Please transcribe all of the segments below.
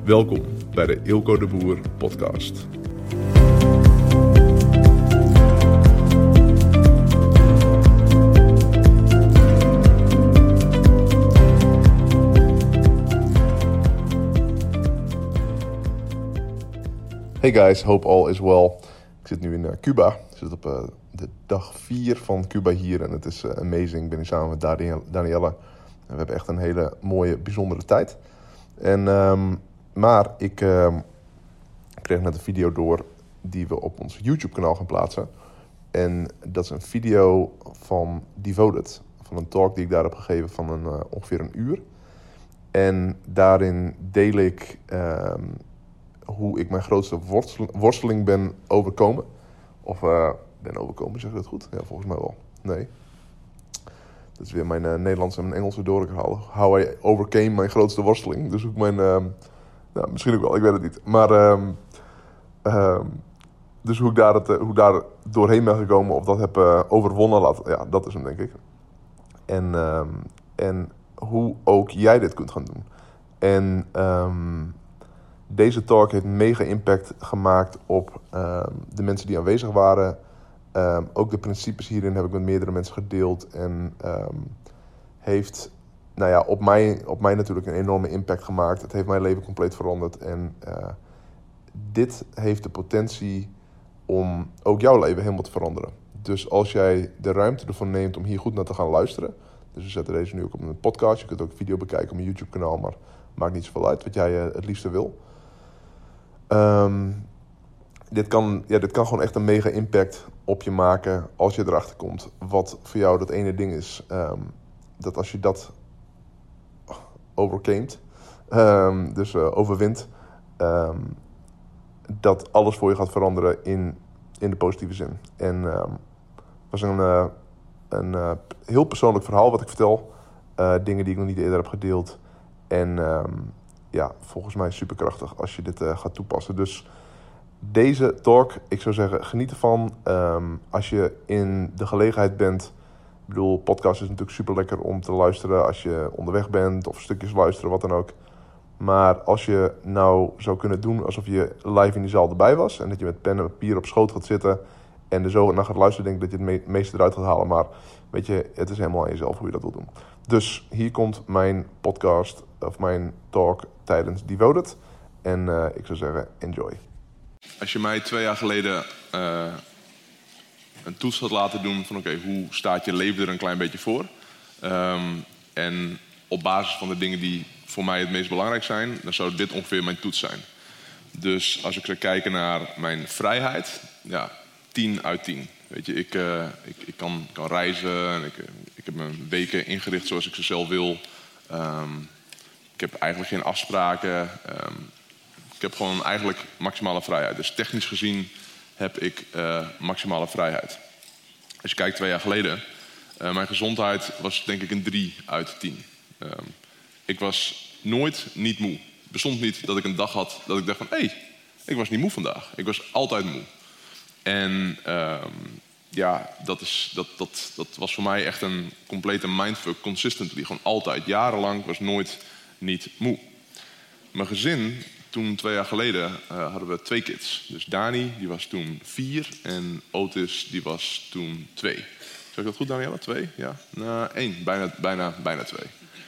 Welkom bij de Ilko de Boer podcast. Hey guys, hope all is well. Ik zit nu in Cuba. Ik zit op de dag 4 van Cuba hier en het is amazing. Ik ben hier samen met Danielle. En we hebben echt een hele mooie, bijzondere tijd. Maar ik kreeg net een video door die we op ons YouTube-kanaal gaan plaatsen. En dat is een video van Devoted. Van een talk die ik daar heb gegeven van ongeveer een uur. En daarin deel ik hoe ik mijn grootste worsteling ben overkomen. Of ben overkomen, zeg ik dat goed? Ja, volgens mij wel. Nee. Dat is weer mijn Nederlands en mijn Engelse door elkaar halen. How I overcame mijn grootste worsteling. Dus ook mijn... nou, misschien ook wel, ik weet het niet. Maar... dus hoe ik daar doorheen ben gekomen of dat heb overwonnen, ja, dat is hem, denk ik. En hoe ook jij dit kunt gaan doen. En deze talk heeft mega impact gemaakt op de mensen die aanwezig waren. Ook de principes hierin heb ik met meerdere mensen gedeeld. En heeft op mij natuurlijk een enorme impact gemaakt. Het heeft mijn leven compleet veranderd. En dit heeft de potentie om ook jouw leven helemaal te veranderen. Dus als jij de ruimte ervoor neemt om hier goed naar te gaan luisteren. Dus we zetten deze nu ook op een podcast. Je kunt ook video bekijken op mijn YouTube kanaal. Maar maakt niet zoveel uit wat jij het liefste wil. Dit kan gewoon echt een mega impact op je maken als je erachter komt wat voor jou dat ene ding is. Dat als je dat overwint, dat alles voor je gaat veranderen in de positieve zin. En het was een heel persoonlijk verhaal wat ik vertel. Dingen die ik nog niet eerder heb gedeeld. En volgens mij superkrachtig als je dit gaat toepassen. Dus deze talk, ik zou zeggen, geniet ervan. Als je in de gelegenheid bent. Ik bedoel, podcast is natuurlijk super lekker om te luisteren als je onderweg bent. Of stukjes luisteren, wat dan ook. Maar als je nou zou kunnen doen alsof je live in die zaal erbij was. En dat je met pen en papier op schoot gaat zitten. En er zo naar gaat luisteren, denk ik dat je het meeste eruit gaat halen. Maar weet je, het is helemaal aan jezelf hoe je dat wil doen. Dus hier komt mijn podcast of mijn talk tijdens Devoted. En ik zou zeggen, enjoy. Als je mij 2 jaar geleden een toets had laten doen van oké, hoe staat je leven er een klein beetje voor? En op basis van de dingen die voor mij het meest belangrijk zijn, dan zou dit ongeveer mijn toets zijn. Dus als ik zou kijken naar mijn vrijheid, ja, 10 uit 10. Weet je, ik kan reizen en ik heb mijn weken ingericht zoals ik ze zelf wil. Ik heb eigenlijk geen afspraken. Ik heb gewoon eigenlijk maximale vrijheid. Dus technisch gezien heb ik maximale vrijheid. Als je kijkt 2 jaar geleden, mijn gezondheid was denk ik een 3 uit 10. Ik was nooit niet moe. Het bestond niet dat ik een dag had dat ik dacht van hé, ik was niet moe vandaag. Ik was altijd moe. En dat was voor mij echt een complete mindfuck, consistently. Gewoon altijd, jarenlang, was nooit niet moe. Mijn gezin, toen 2 jaar geleden, hadden we 2 kids. Dus Dani, die was toen 4 en Otis, die was toen 2. Zeg ik dat goed, Danielle? 2? Ja? Nou, 1. Bijna 2.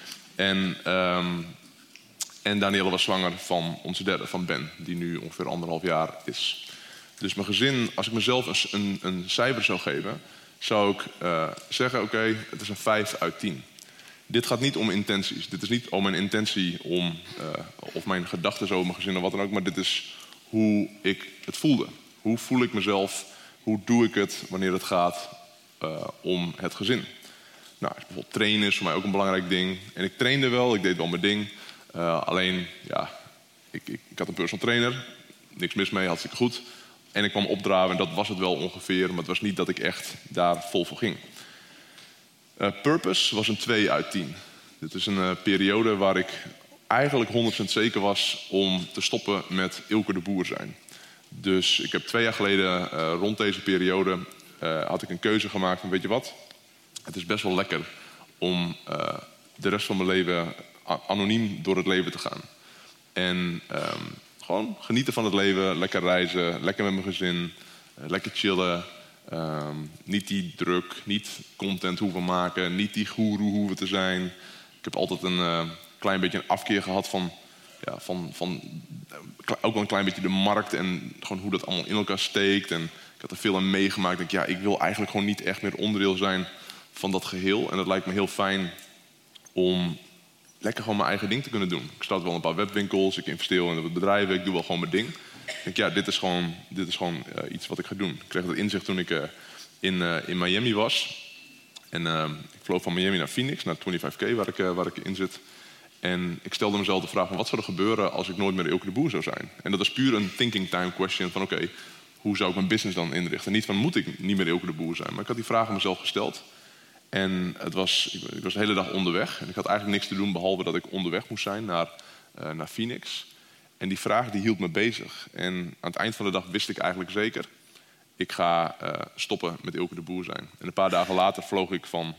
En Danielle was zwanger van onze derde, van Ben, die nu ongeveer 1,5 jaar is. Dus mijn gezin, als ik mezelf een cijfer zou geven, zou ik zeggen, oké, het is een 5 uit 10. Dit gaat niet om intenties. Dit is niet om mijn intentie om, of mijn gedachten over mijn gezin of wat dan ook, maar dit is hoe ik het voelde. Hoe voel ik mezelf? Hoe doe ik het wanneer het gaat om het gezin? Nou, bijvoorbeeld trainen is voor mij ook een belangrijk ding. En ik trainde wel, ik deed wel mijn ding. Alleen, ja, ik had een personal trainer. Niks mis mee, hartstikke goed. En ik kwam opdraven en dat was het wel ongeveer. Maar het was niet dat ik echt daar vol voor ging. Purpose was een 2 uit 10. Dit is een periode waar ik eigenlijk 100% zeker was om te stoppen met Ilko de Boer zijn. Dus ik heb 2 jaar geleden, rond deze periode, had ik een keuze gemaakt van weet je wat? Het is best wel lekker om de rest van mijn leven anoniem door het leven te gaan. En gewoon genieten van het leven, lekker reizen, lekker met mijn gezin, lekker chillen. Niet die druk, niet content hoeven maken, niet die goeroe hoeven te zijn. Ik heb altijd een klein beetje een afkeer gehad van ook wel een klein beetje de markt en gewoon hoe dat allemaal in elkaar steekt. En ik had er veel aan meegemaakt. Ik denk, ik wil eigenlijk gewoon niet echt meer onderdeel zijn van dat geheel. En dat lijkt me heel fijn om lekker gewoon mijn eigen ding te kunnen doen. Ik start wel een paar webwinkels, ik investeer in wat bedrijven, ik doe wel gewoon mijn ding. Ik denk, dit is gewoon iets wat ik ga doen. Ik kreeg dat inzicht toen ik in Miami was. En ik vloog van Miami naar Phoenix, naar 25K waar ik in zit. En ik stelde mezelf de vraag van wat zou er gebeuren als ik nooit meer Eelke de Boer zou zijn? En dat is puur een thinking time question van oké, hoe zou ik mijn business dan inrichten? Niet van moet ik niet meer Eelke de Boer zijn? Maar ik had die vraag aan mezelf gesteld. En ik was de hele dag onderweg. En ik had eigenlijk niks te doen behalve dat ik onderweg moest zijn naar Phoenix. En die vraag die hield me bezig. En aan het eind van de dag wist ik eigenlijk zeker, ik ga stoppen met Eelke de Boer zijn. En een paar dagen later vloog ik van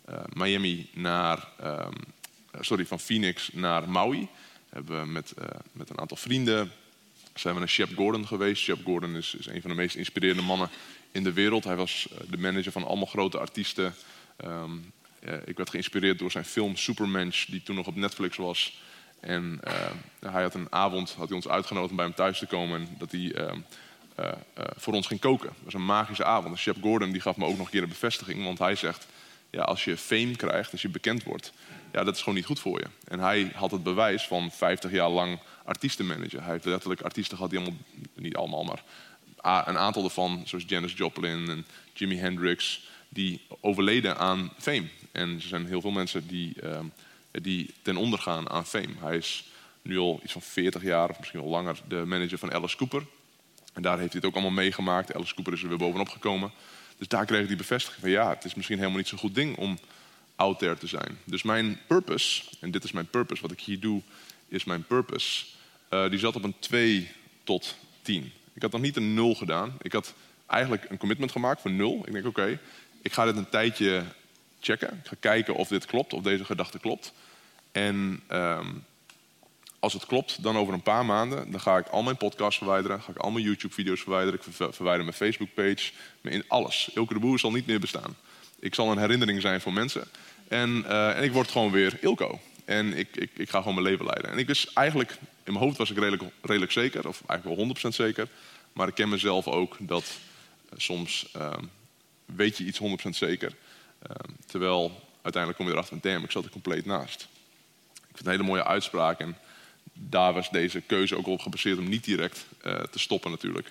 van Phoenix naar Maui. We hebben met een aantal vrienden zijn we naar Shep Gordon geweest. Shep Gordon is een van de meest inspirerende mannen in de wereld. Hij was de manager van allemaal grote artiesten. Ik werd geïnspireerd door zijn film Supermensch, die toen nog op Netflix was. En hij had een avond ons uitgenodigd om bij hem thuis te komen. En dat hij voor ons ging koken. Dat was een magische avond. En Shep Gordon die gaf me ook nog een keer een bevestiging. Want hij zegt, als je fame krijgt, als je bekend wordt, dat is gewoon niet goed voor je. En hij had het bewijs van 50 jaar lang artiestenmanager. Hij heeft letterlijk artiesten gehad die allemaal, niet allemaal, maar een aantal ervan, zoals Janis Joplin en Jimi Hendrix, die overleden aan fame. En er zijn heel veel mensen die ten onder gaan aan fame. Hij is nu al iets van 40 jaar, of misschien wel langer, de manager van Alice Cooper. En daar heeft hij het ook allemaal meegemaakt. Alice Cooper is er weer bovenop gekomen. Dus daar kreeg ik die bevestiging van het is misschien helemaal niet zo'n goed ding om out there te zijn. Dus mijn purpose, en dit is mijn purpose, wat ik hier doe, is mijn purpose. Die zat op een 2 tot 10. Ik had nog niet een 0 gedaan. Ik had eigenlijk een commitment gemaakt voor 0. Ik denk, oké, ik ga dit een tijdje checken. Ik ga kijken of dit klopt, of deze gedachte klopt. En als het klopt, dan over een paar maanden, dan ga ik al mijn podcasts verwijderen, ga ik al mijn YouTube-video's verwijderen, ik verwijder mijn Facebook-page, alles. Eelke de Boer zal niet meer bestaan. Ik zal een herinnering zijn voor mensen. En ik word gewoon weer Eelco. En ik ga gewoon mijn leven leiden. En ik wist eigenlijk, in mijn hoofd was ik redelijk zeker, of eigenlijk wel 100% zeker. Maar ik ken mezelf ook dat soms weet je iets 100% zeker. Terwijl uiteindelijk kom je erachter van, damn, ik zat er compleet naast. Ik vind het een hele mooie uitspraak. En daar was deze keuze ook op gebaseerd om niet direct te stoppen natuurlijk.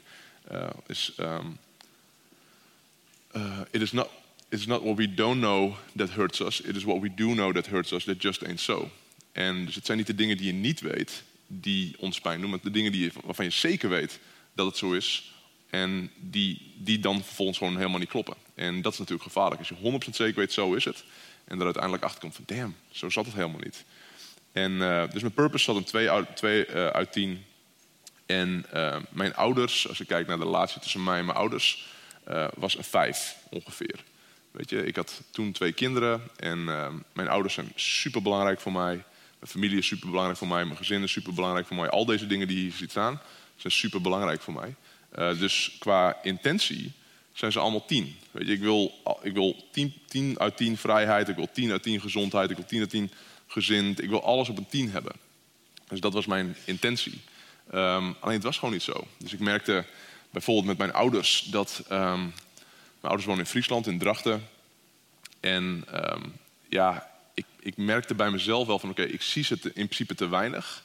It is not what we don't know that hurts us. It is what we do know that hurts us that just ain't so. En dus het zijn niet de dingen die je niet weet die ons pijn doen, maar de dingen waarvan je zeker weet dat het zo is. En die dan vervolgens gewoon helemaal niet kloppen. En dat is natuurlijk gevaarlijk. Als je 100% zeker weet, zo is het. En er uiteindelijk achter komt van, damn, zo zat het helemaal niet. En dus mijn purpose zat een 2 uit 10. En mijn ouders, als ik kijk naar de relatie tussen mij en mijn ouders, was een 5 ongeveer. Weet je, ik had toen 2 kinderen en mijn ouders zijn super belangrijk voor mij. Mijn familie is super belangrijk voor mij. Mijn gezin is super belangrijk voor mij. Al deze dingen die hier ziet staan, zijn super belangrijk voor mij. Dus qua intentie zijn ze allemaal 10. Weet je, ik wil 10 uit 10 vrijheid. Ik wil 10 uit 10 gezondheid. Ik wil 10 uit 10 gezind. Ik wil alles op een 10 hebben. Dus dat was mijn intentie. Alleen het was gewoon niet zo. Dus ik merkte bijvoorbeeld met mijn ouders dat mijn ouders wonen in Friesland, in Drachten. En ik merkte bij mezelf wel van oké, ik zie ze in principe te weinig.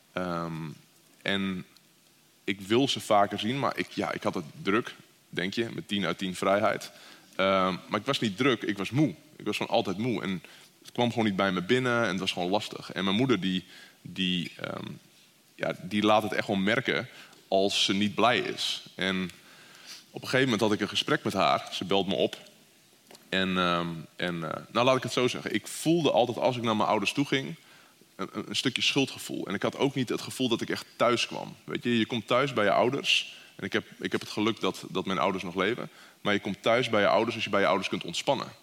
En ik wil ze vaker zien, maar ik had het druk, denk je, met 10 uit 10 vrijheid. Maar ik was niet druk, ik was moe. Ik was gewoon altijd moe. En het kwam gewoon niet bij me binnen en het was gewoon lastig. En mijn moeder die laat het echt gewoon merken als ze niet blij is. En op een gegeven moment had ik een gesprek met haar. Ze belt me op. En laat ik het zo zeggen. Ik voelde altijd als ik naar mijn ouders toe ging een stukje schuldgevoel. En ik had ook niet het gevoel dat ik echt thuis kwam. Weet je komt thuis bij je ouders. En ik heb het geluk dat mijn ouders nog leven. Maar je komt thuis bij je ouders als je bij je ouders kunt ontspannen.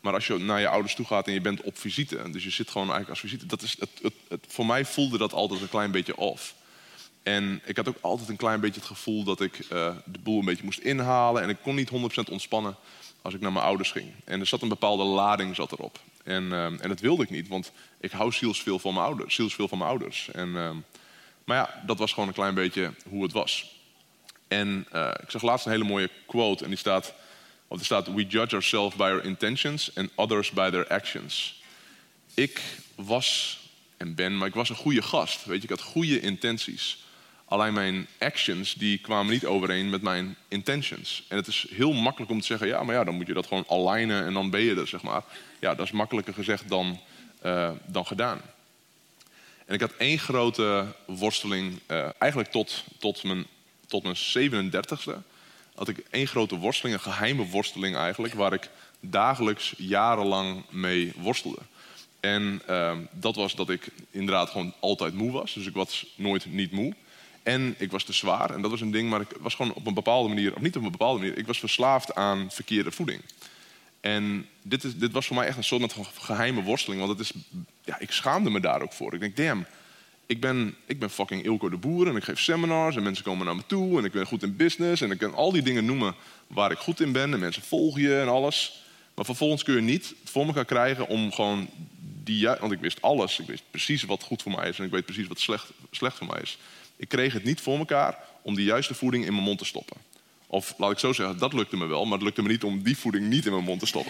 Maar als je naar je ouders toe gaat en je bent op visite, dus je zit gewoon eigenlijk als visite, dat is voor mij voelde dat altijd een klein beetje off. En ik had ook altijd een klein beetje het gevoel dat ik de boel een beetje moest inhalen. En ik kon niet 100% ontspannen als ik naar mijn ouders ging. En er zat een bepaalde lading erop. En dat wilde ik niet, want ik hou zielsveel van mijn ouders. Maar ja, dat was gewoon een klein beetje hoe het was. En ik zag laatst een hele mooie quote en er staat: we judge ourselves by our intentions and others by their actions. Ik was en ben, maar ik was een goede gast. Weet je, ik had goede intenties. Alleen mijn actions die kwamen niet overeen met mijn intentions. En het is heel makkelijk om te zeggen, ja, maar ja, dan moet je dat gewoon alignen en dan ben je er, zeg maar. Ja, dat is makkelijker gezegd dan gedaan. En ik had één grote worsteling, eigenlijk tot mijn 37e... had ik één grote worsteling, een geheime worsteling eigenlijk, waar ik dagelijks jarenlang mee worstelde. En dat was dat ik inderdaad gewoon altijd moe was. Dus ik was nooit niet moe. En ik was te zwaar. En dat was een ding, maar ik was gewoon op een bepaalde manier, of niet op een bepaalde manier, ik was verslaafd aan verkeerde voeding. En dit was voor mij echt een soort van geheime worsteling. Want het is, ja, ik schaamde me daar ook voor. Ik denk, damn, ik ben fucking Ilko de Boer en ik geef seminars en mensen komen naar me toe en ik ben goed in business en ik kan al die dingen noemen waar ik goed in ben en mensen volgen je en alles. Maar vervolgens kun je niet voor elkaar krijgen om gewoon want ik wist alles. Ik wist precies wat goed voor mij is en ik weet precies wat slecht voor mij is. Ik kreeg het niet voor elkaar om die juiste voeding in mijn mond te stoppen. Of laat ik zo zeggen, dat lukte me wel, maar het lukte me niet om die voeding niet in mijn mond te stoppen.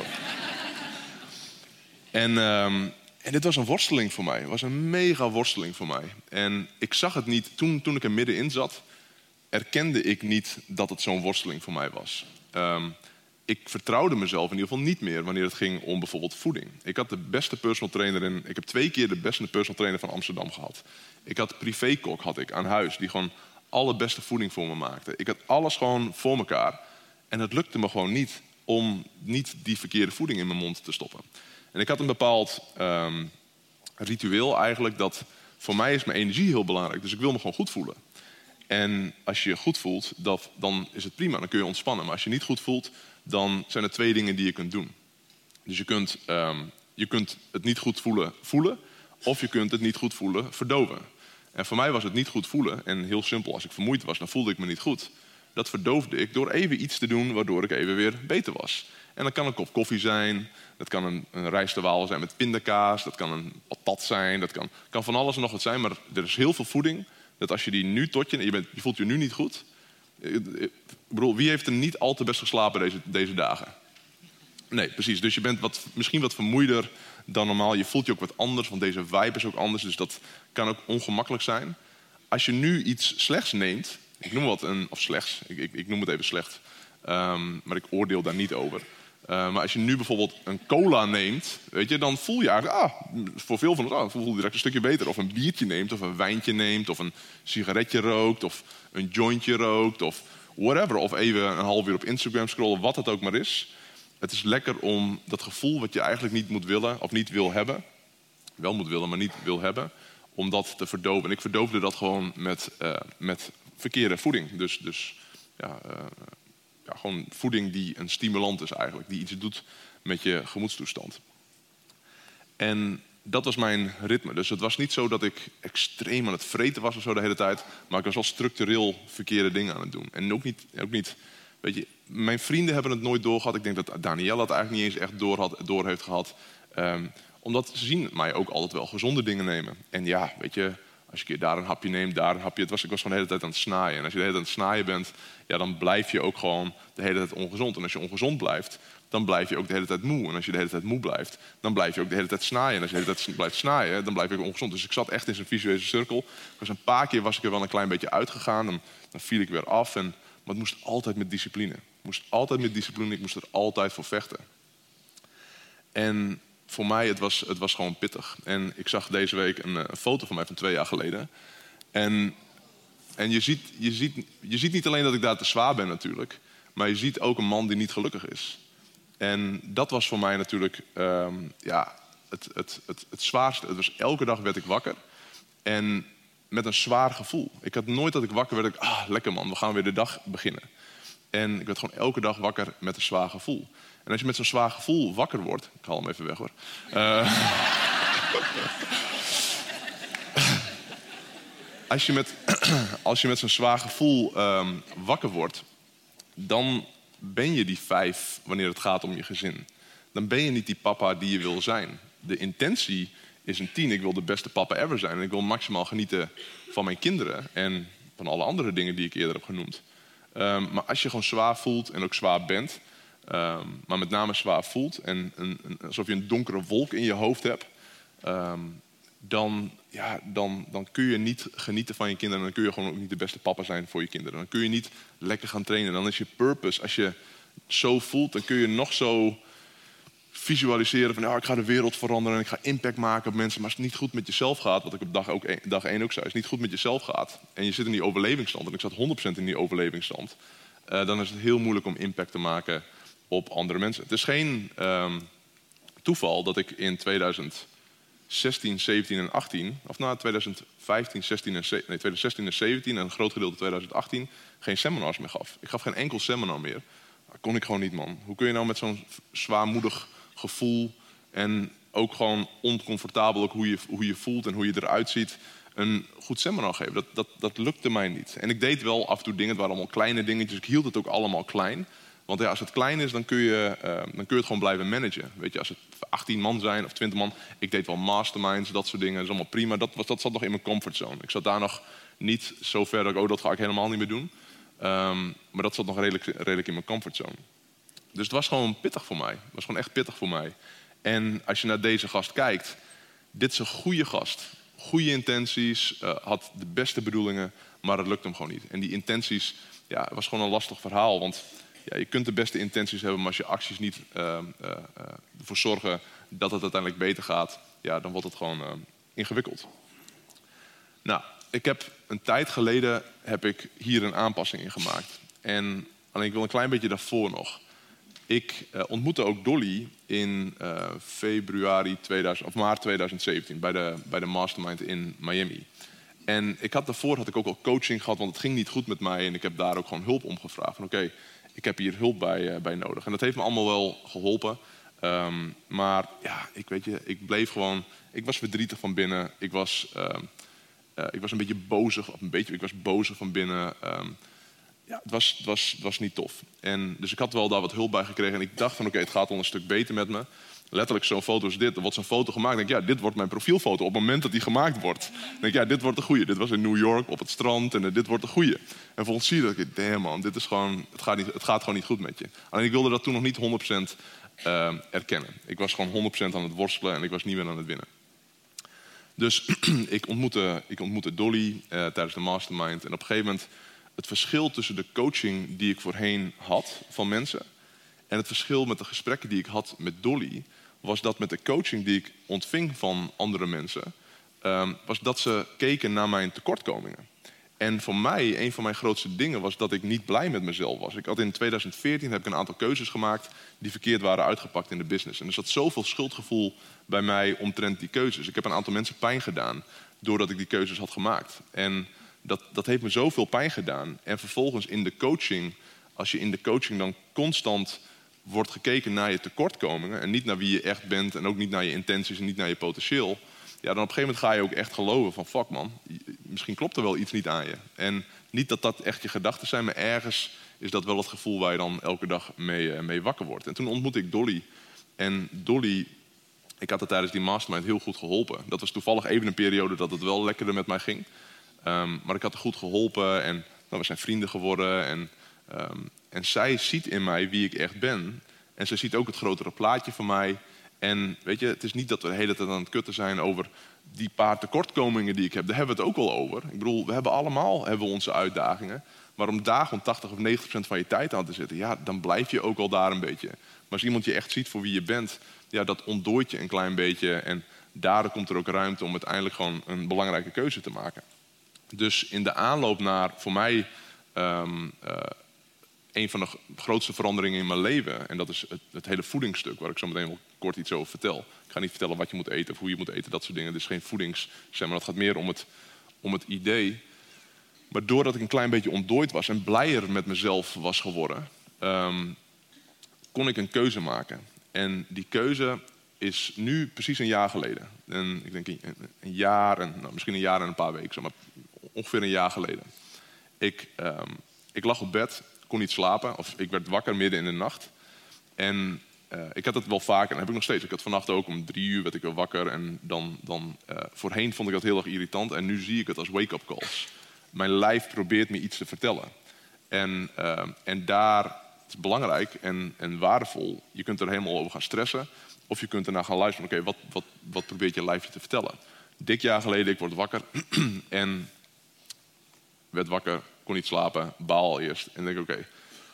En dit was een worsteling voor mij. Het was een mega worsteling voor mij. En ik zag het niet, toen ik er middenin zat, erkende ik niet dat het zo'n worsteling voor mij was. Ik vertrouwde mezelf in ieder geval niet meer wanneer het ging om bijvoorbeeld voeding. Ik had de beste personal trainer ik heb 2 keer de beste personal trainer van Amsterdam gehad. Ik had privékok aan huis die gewoon alle beste voeding voor me maakte. Ik had alles gewoon voor elkaar. En het lukte me gewoon niet om niet die verkeerde voeding in mijn mond te stoppen. En ik had een bepaald ritueel eigenlijk dat voor mij is mijn energie heel belangrijk. Dus ik wil me gewoon goed voelen. En als je je goed voelt, dan is het prima. Dan kun je ontspannen. Maar als je niet goed voelt, dan zijn er 2 dingen die je kunt doen. Dus je kunt het niet goed voelen. Of je kunt het niet goed voelen verdoven. En voor mij was het niet goed voelen. En heel simpel, als ik vermoeid was, dan voelde ik me niet goed. Dat verdoofde ik door even iets te doen waardoor ik even weer beter was. En dat kan een kop koffie zijn. Dat kan een rijstwafel zijn met pindakaas. Dat kan een patat zijn. Dat kan van alles en nog wat zijn. Maar er is heel veel voeding. Dat als je die nu tot je voelt je nu niet goed. Ik bedoel, wie heeft er niet al te best geslapen deze dagen? Nee, precies. Dus je bent misschien wat vermoeider dan normaal. Je voelt je ook wat anders, want deze vibe is ook anders. Dus dat kan ook ongemakkelijk zijn. Als je nu iets slechts neemt, ik noem wat of slechts, ik noem het even slecht, maar ik oordeel daar niet over. Maar als je nu bijvoorbeeld een cola neemt, weet je, dan voel je eigenlijk, voor veel van ons voel je direct een stukje beter. Of een biertje neemt, of een wijntje neemt, of een sigaretje rookt, of een jointje rookt, of whatever. Of even een half uur op Instagram scrollen, wat het ook maar is. Het is lekker om dat gevoel wat je eigenlijk niet moet willen, of niet wil hebben, wel moet willen, maar niet wil hebben, om dat te verdoven. En ik verdoofde dat gewoon met verkeerde voeding. Dus gewoon voeding die een stimulant is eigenlijk. Die iets doet met je gemoedstoestand. En dat was mijn ritme. Dus het was niet zo dat ik extreem aan het vreten was of zo de hele tijd. Maar ik was wel structureel verkeerde dingen aan het doen. En ook niet weet je, mijn vrienden hebben het nooit doorgehad. Ik denk dat Danielle het eigenlijk niet eens echt door heeft gehad. Omdat ze zien mij ook altijd wel gezonde dingen nemen. En ja, weet je, als je een keer daar een hapje neemt, daar een hapje. Ik was gewoon de hele tijd aan het snaaien. En als je de hele tijd aan het snaaien bent, ja, dan blijf je ook gewoon de hele tijd ongezond. En als je ongezond blijft, dan blijf je ook de hele tijd moe. En als je de hele tijd moe blijft, dan blijf je ook de hele tijd snaaien. En als je de hele tijd blijft snaaien, dan blijf je ook ongezond. Dus ik zat echt in zo'n vicieuze cirkel. Dus een paar keer was ik er wel een klein beetje uitgegaan. Dan viel ik weer af. Maar het moest altijd met discipline. Ik moest er altijd voor vechten. En voor mij, het was gewoon pittig. En ik zag deze week een foto van mij van 2 jaar geleden. En je ziet niet alleen dat ik daar te zwaar ben natuurlijk. Maar je ziet ook een man die niet gelukkig is. En dat was voor mij natuurlijk het zwaarste. Het was elke dag werd ik wakker. En met een zwaar gevoel. Ik had nooit dat ik wakker werd. Lekker man, we gaan weer de dag beginnen. En ik werd gewoon elke dag wakker met een zwaar gevoel. En als je met zo'n zwaar gevoel wakker wordt... Ik haal hem even weg hoor. Als je met zo'n zwaar gevoel wakker wordt... dan ben je die 5 wanneer het gaat om je gezin. Dan ben je niet die papa die je wil zijn. De intentie is een 10. Ik wil de beste papa ever zijn. En ik wil maximaal genieten van mijn kinderen. En van alle andere dingen die ik eerder heb genoemd. Maar als je gewoon zwaar voelt en ook zwaar bent... maar met name zwaar voelt... en alsof je een donkere wolk in je hoofd hebt... Dan kun je niet genieten van je kinderen... en dan kun je gewoon ook niet de beste papa zijn voor je kinderen. Dan kun je niet lekker gaan trainen. Dan is je purpose, als je zo voelt... dan kun je nog zo visualiseren van... ik ga de wereld veranderen en ik ga impact maken op mensen... maar als het niet goed met jezelf gaat... wat ik op dag 1 ook zei... als het niet goed met jezelf gaat... en je zit in die overlevingsstand... en ik zat 100% in die overlevingsstand... dan is het heel moeilijk om impact te maken op andere mensen. Het is geen toeval dat ik in 2016, 17 en 18... of 2015, 16 en 2016 en 17... en een groot gedeelte 2018 geen seminars meer gaf. Ik gaf geen enkel seminar meer. Dat kon ik gewoon niet, man. Hoe kun je nou met zo'n zwaarmoedig gevoel... en ook gewoon oncomfortabel ook hoe je voelt en hoe je eruit ziet... een goed seminar geven? Dat lukte mij niet. En ik deed wel af en toe dingen, het waren allemaal kleine dingetjes. Ik hield het ook allemaal klein... Want als het klein is, dan kun je het gewoon blijven managen. Weet je, als het 18 man zijn of 20 man... Ik deed wel masterminds, dat soort dingen. Dat is allemaal prima. Dat zat nog in mijn comfortzone. Ik zat daar nog niet zo ver dat dat ga ik helemaal niet meer doen. Maar dat zat nog redelijk in mijn comfortzone. Dus het was gewoon pittig voor mij. Het was gewoon echt pittig voor mij. En als je naar deze gast kijkt... Dit is een goede gast. Goede intenties, had de beste bedoelingen... maar het lukte hem gewoon niet. En die intenties, het was gewoon een lastig verhaal... want je kunt de beste intenties hebben, maar als je acties niet ervoor zorgen dat het uiteindelijk beter gaat, dan wordt het gewoon ingewikkeld. Nou, een tijd geleden heb ik hier een aanpassing in gemaakt. Alleen ik wil een klein beetje daarvoor nog. Ik ontmoette ook Dolly in maart 2017 bij de Mastermind in Miami. En daarvoor had ik ook al coaching gehad, want het ging niet goed met mij. En ik heb daar ook gewoon hulp om gevraagd. Van oké, ik heb hier hulp bij nodig. En dat heeft me allemaal wel geholpen. Maar ik bleef gewoon... Ik was verdrietig van binnen. Ik was een beetje bozig. Ik was bozig van binnen. Het was niet tof. Dus ik had wel daar wat hulp bij gekregen. En ik dacht van oké, het gaat al een stuk beter met me. Letterlijk zo'n foto als dit. Er wordt zo'n foto gemaakt. Ik denk, dit wordt mijn profielfoto op het moment dat die gemaakt wordt. Ik denk, dit wordt de goeie. Dit was in New York op het strand en dit wordt de goeie. En volgens zie je dat ik damn man, dit is gewoon, het gaat gewoon niet goed met je. Alleen ik wilde dat toen nog niet 100% erkennen. Ik was gewoon 100% aan het worstelen en ik was niet meer aan het winnen. Dus ik ontmoette Dolly tijdens de mastermind. En op een gegeven moment het verschil tussen de coaching die ik voorheen had van mensen... en het verschil met de gesprekken die ik had met Dolly... was dat met de coaching die ik ontving van andere mensen... was dat ze keken naar mijn tekortkomingen. En voor mij, een van mijn grootste dingen was dat ik niet blij met mezelf was. In 2014 heb ik een aantal keuzes gemaakt... die verkeerd waren uitgepakt in de business. En er zat zoveel schuldgevoel bij mij omtrent die keuzes. Ik heb een aantal mensen pijn gedaan doordat ik die keuzes had gemaakt. En dat heeft me zoveel pijn gedaan. En vervolgens in de coaching... als je in de coaching dan constant wordt gekeken naar je tekortkomingen... en niet naar wie je echt bent en ook niet naar je intenties en niet naar je potentieel... dan op een gegeven moment ga je ook echt geloven van... fuck man, misschien klopt er wel iets niet aan je. En niet dat echt je gedachten zijn, maar ergens is dat wel het gevoel... waar je dan elke dag mee wakker wordt. En toen ontmoette ik Dolly. En Dolly, ik had haar tijdens die mastermind heel goed geholpen. Dat was toevallig even een periode dat het wel lekkerder met mij ging. Maar ik had haar goed geholpen en we zijn vrienden geworden... En zij ziet in mij wie ik echt ben. En zij ziet ook het grotere plaatje van mij. En weet je, het is niet dat we de hele tijd aan het kutten zijn over die paar tekortkomingen die ik heb. Daar hebben we het ook wel over. Ik bedoel, we hebben allemaal onze uitdagingen. Maar om daar gewoon 80 of 90% van je tijd aan te zetten... dan blijf je ook al daar een beetje. Maar als iemand je echt ziet voor wie je bent... dat ontdooit je een klein beetje. En daardoor komt er ook ruimte om uiteindelijk gewoon een belangrijke keuze te maken. Dus in de aanloop naar, voor mij... een van de grootste veranderingen in mijn leven. En dat is het hele voedingsstuk, waar ik zo meteen wel kort iets over vertel. Ik ga niet vertellen wat je moet eten of hoe je moet eten, dat soort dingen. Het is geen voedingsseminar, het gaat meer om het idee. Maar doordat ik een klein beetje ontdooid was en blijer met mezelf was geworden, kon ik een keuze maken. En die keuze is nu precies een jaar geleden. En ik denk een jaar en misschien een jaar en een paar weken, maar ongeveer een jaar geleden. Ik lag op bed, kon niet slapen, of ik werd wakker midden in de nacht. En ik had het wel vaker, en dat heb ik nog steeds. Ik had vannacht ook om 3 uur werd ik weer wakker. En dan voorheen vond ik dat heel erg irritant. En nu zie ik het als wake-up calls. Mijn lijf probeert me iets te vertellen. En daar, het is belangrijk en waardevol. Je kunt er helemaal over gaan stressen. Of je kunt ernaar gaan luisteren. Oké, wat probeert je lijf je te vertellen? Dik jaar geleden, ik word wakker. En werd wakker, kon niet slapen, baal eerst. En denk oké,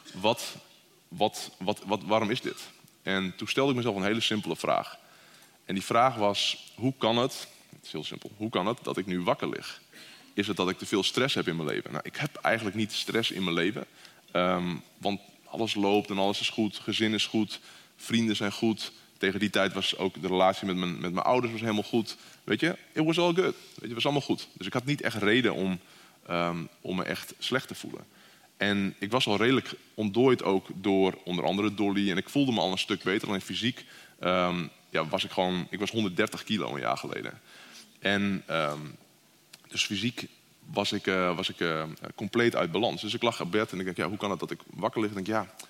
waarom is dit? En toen stelde ik mezelf een hele simpele vraag. En die vraag was, hoe kan het is heel simpel, hoe kan het dat ik nu wakker lig? Is het dat ik te veel stress heb in mijn leven? Nou, ik heb eigenlijk niet stress in mijn leven. Want alles loopt en alles is goed, gezin is goed, vrienden zijn goed. Tegen die tijd was ook de relatie met mijn ouders was helemaal goed. Weet je, it was all good. Weet je, het was allemaal goed. Dus ik had niet echt reden om me echt slecht te voelen. En ik was al redelijk ontdooid ook door onder andere Dolly. En ik voelde me al een stuk beter. Alleen fysiek ik was 130 kilo een jaar geleden. En dus fysiek was ik compleet uit balans. Dus ik lag op bed en ik dacht, ja, hoe kan het dat ik wakker lig? En ik denk, ja,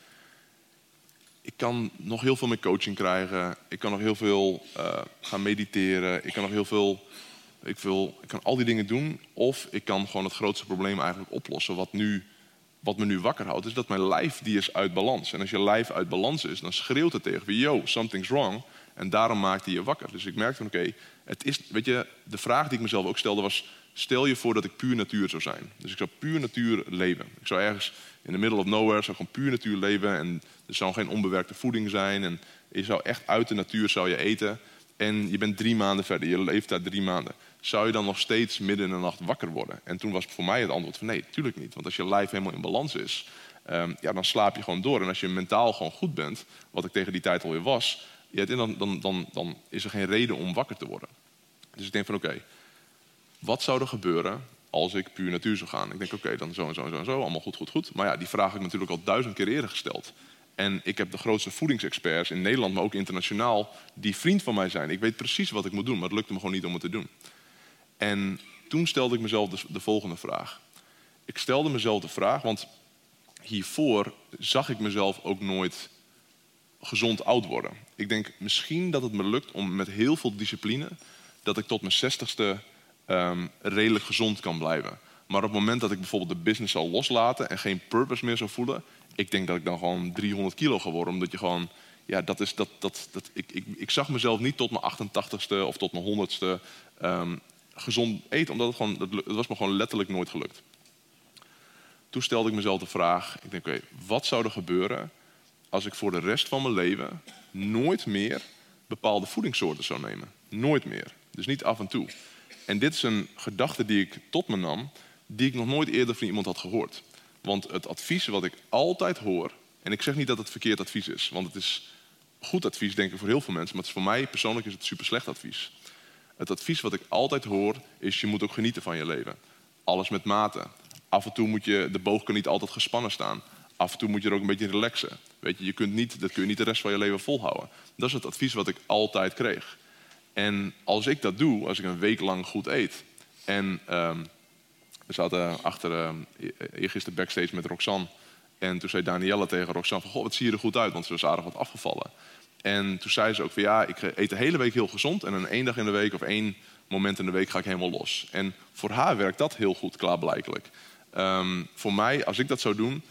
ik kan nog heel veel meer coaching krijgen. Ik kan nog heel veel gaan mediteren. Ik kan nog heel veel... Ik kan al die dingen doen. Of ik kan gewoon het grootste probleem eigenlijk oplossen. Wat me nu wakker houdt, is dat mijn lijf die is uit balans. En als je lijf uit balans is, dan schreeuwt het tegen je, yo, something's wrong. En daarom maakt hij je wakker. Dus ik merkte van, oké, het is, weet je, de vraag die ik mezelf ook stelde was, stel je voor dat ik puur natuur zou zijn. Dus ik zou puur natuur leven. Ik zou ergens in the middle of nowhere, zou gewoon puur natuur leven. En er zou geen onbewerkte voeding zijn. En je zou echt uit de natuur zou je eten. En je bent 3 maanden verder, je leeft daar 3 maanden. Zou je dan nog steeds midden in de nacht wakker worden? En toen was voor mij het antwoord van nee, natuurlijk niet. Want als je lijf helemaal in balans is, dan slaap je gewoon door. En als je mentaal gewoon goed bent, wat ik tegen die tijd alweer was, dan is er geen reden om wakker te worden. Dus ik denk van oké, wat zou er gebeuren als ik puur natuur zou gaan? Ik denk oké, dan zo en zo en zo, allemaal goed. Maar ja, die vraag heb ik natuurlijk al 1000 keer eerder gesteld. En ik heb de grootste voedingsexperts in Nederland, maar ook internationaal, die vriend van mij zijn. Ik weet precies wat ik moet doen, maar het lukte me gewoon niet om het te doen. En toen stelde ik mezelf de volgende vraag. Ik stelde mezelf de vraag, want hiervoor zag ik mezelf ook nooit gezond oud worden. Ik denk misschien dat het me lukt om met heel veel discipline, dat ik tot mijn 60ste redelijk gezond kan blijven. Maar op het moment dat ik bijvoorbeeld de business zou loslaten en geen purpose meer zou voelen, ik denk dat ik dan gewoon 300 kilo ga worden. Omdat je gewoon, ja, ik zag mezelf niet tot mijn 88ste of tot mijn 100ste gezond eten. Omdat het was me gewoon letterlijk nooit gelukt. Toen stelde ik mezelf de vraag, ik denk oké, wat zou er gebeuren als ik voor de rest van mijn leven nooit meer bepaalde voedingssoorten zou nemen? Nooit meer. Dus niet af en toe. En dit is een gedachte die ik tot me nam, die ik nog nooit eerder van iemand had gehoord. Want het advies wat ik altijd hoor, en ik zeg niet dat het verkeerd advies is, want het is goed advies denk ik voor heel veel mensen, maar voor mij persoonlijk is het super slecht advies. Het advies wat ik altijd hoor is, je moet ook genieten van je leven. Alles met mate. Af en toe moet de boog kan niet altijd gespannen staan. Af en toe moet je er ook een beetje relaxen. Weet je, dat kun je niet de rest van je leven volhouden. Dat is het advies wat ik altijd kreeg. En als ik dat doe, als ik een week lang goed eet en... we zaten achter eergisteren backstage met Roxanne. En toen zei Danielle tegen Roxanne van, goh, wat zie je er goed uit, want ze was aardig wat afgevallen. En toen zei ze ook van, ja, ik eet de hele week heel gezond. En dan 1 dag in de week of 1 moment in de week ga ik helemaal los. En voor haar werkt dat heel goed, klaarblijkelijk. Voor mij, als ik dat zou doen,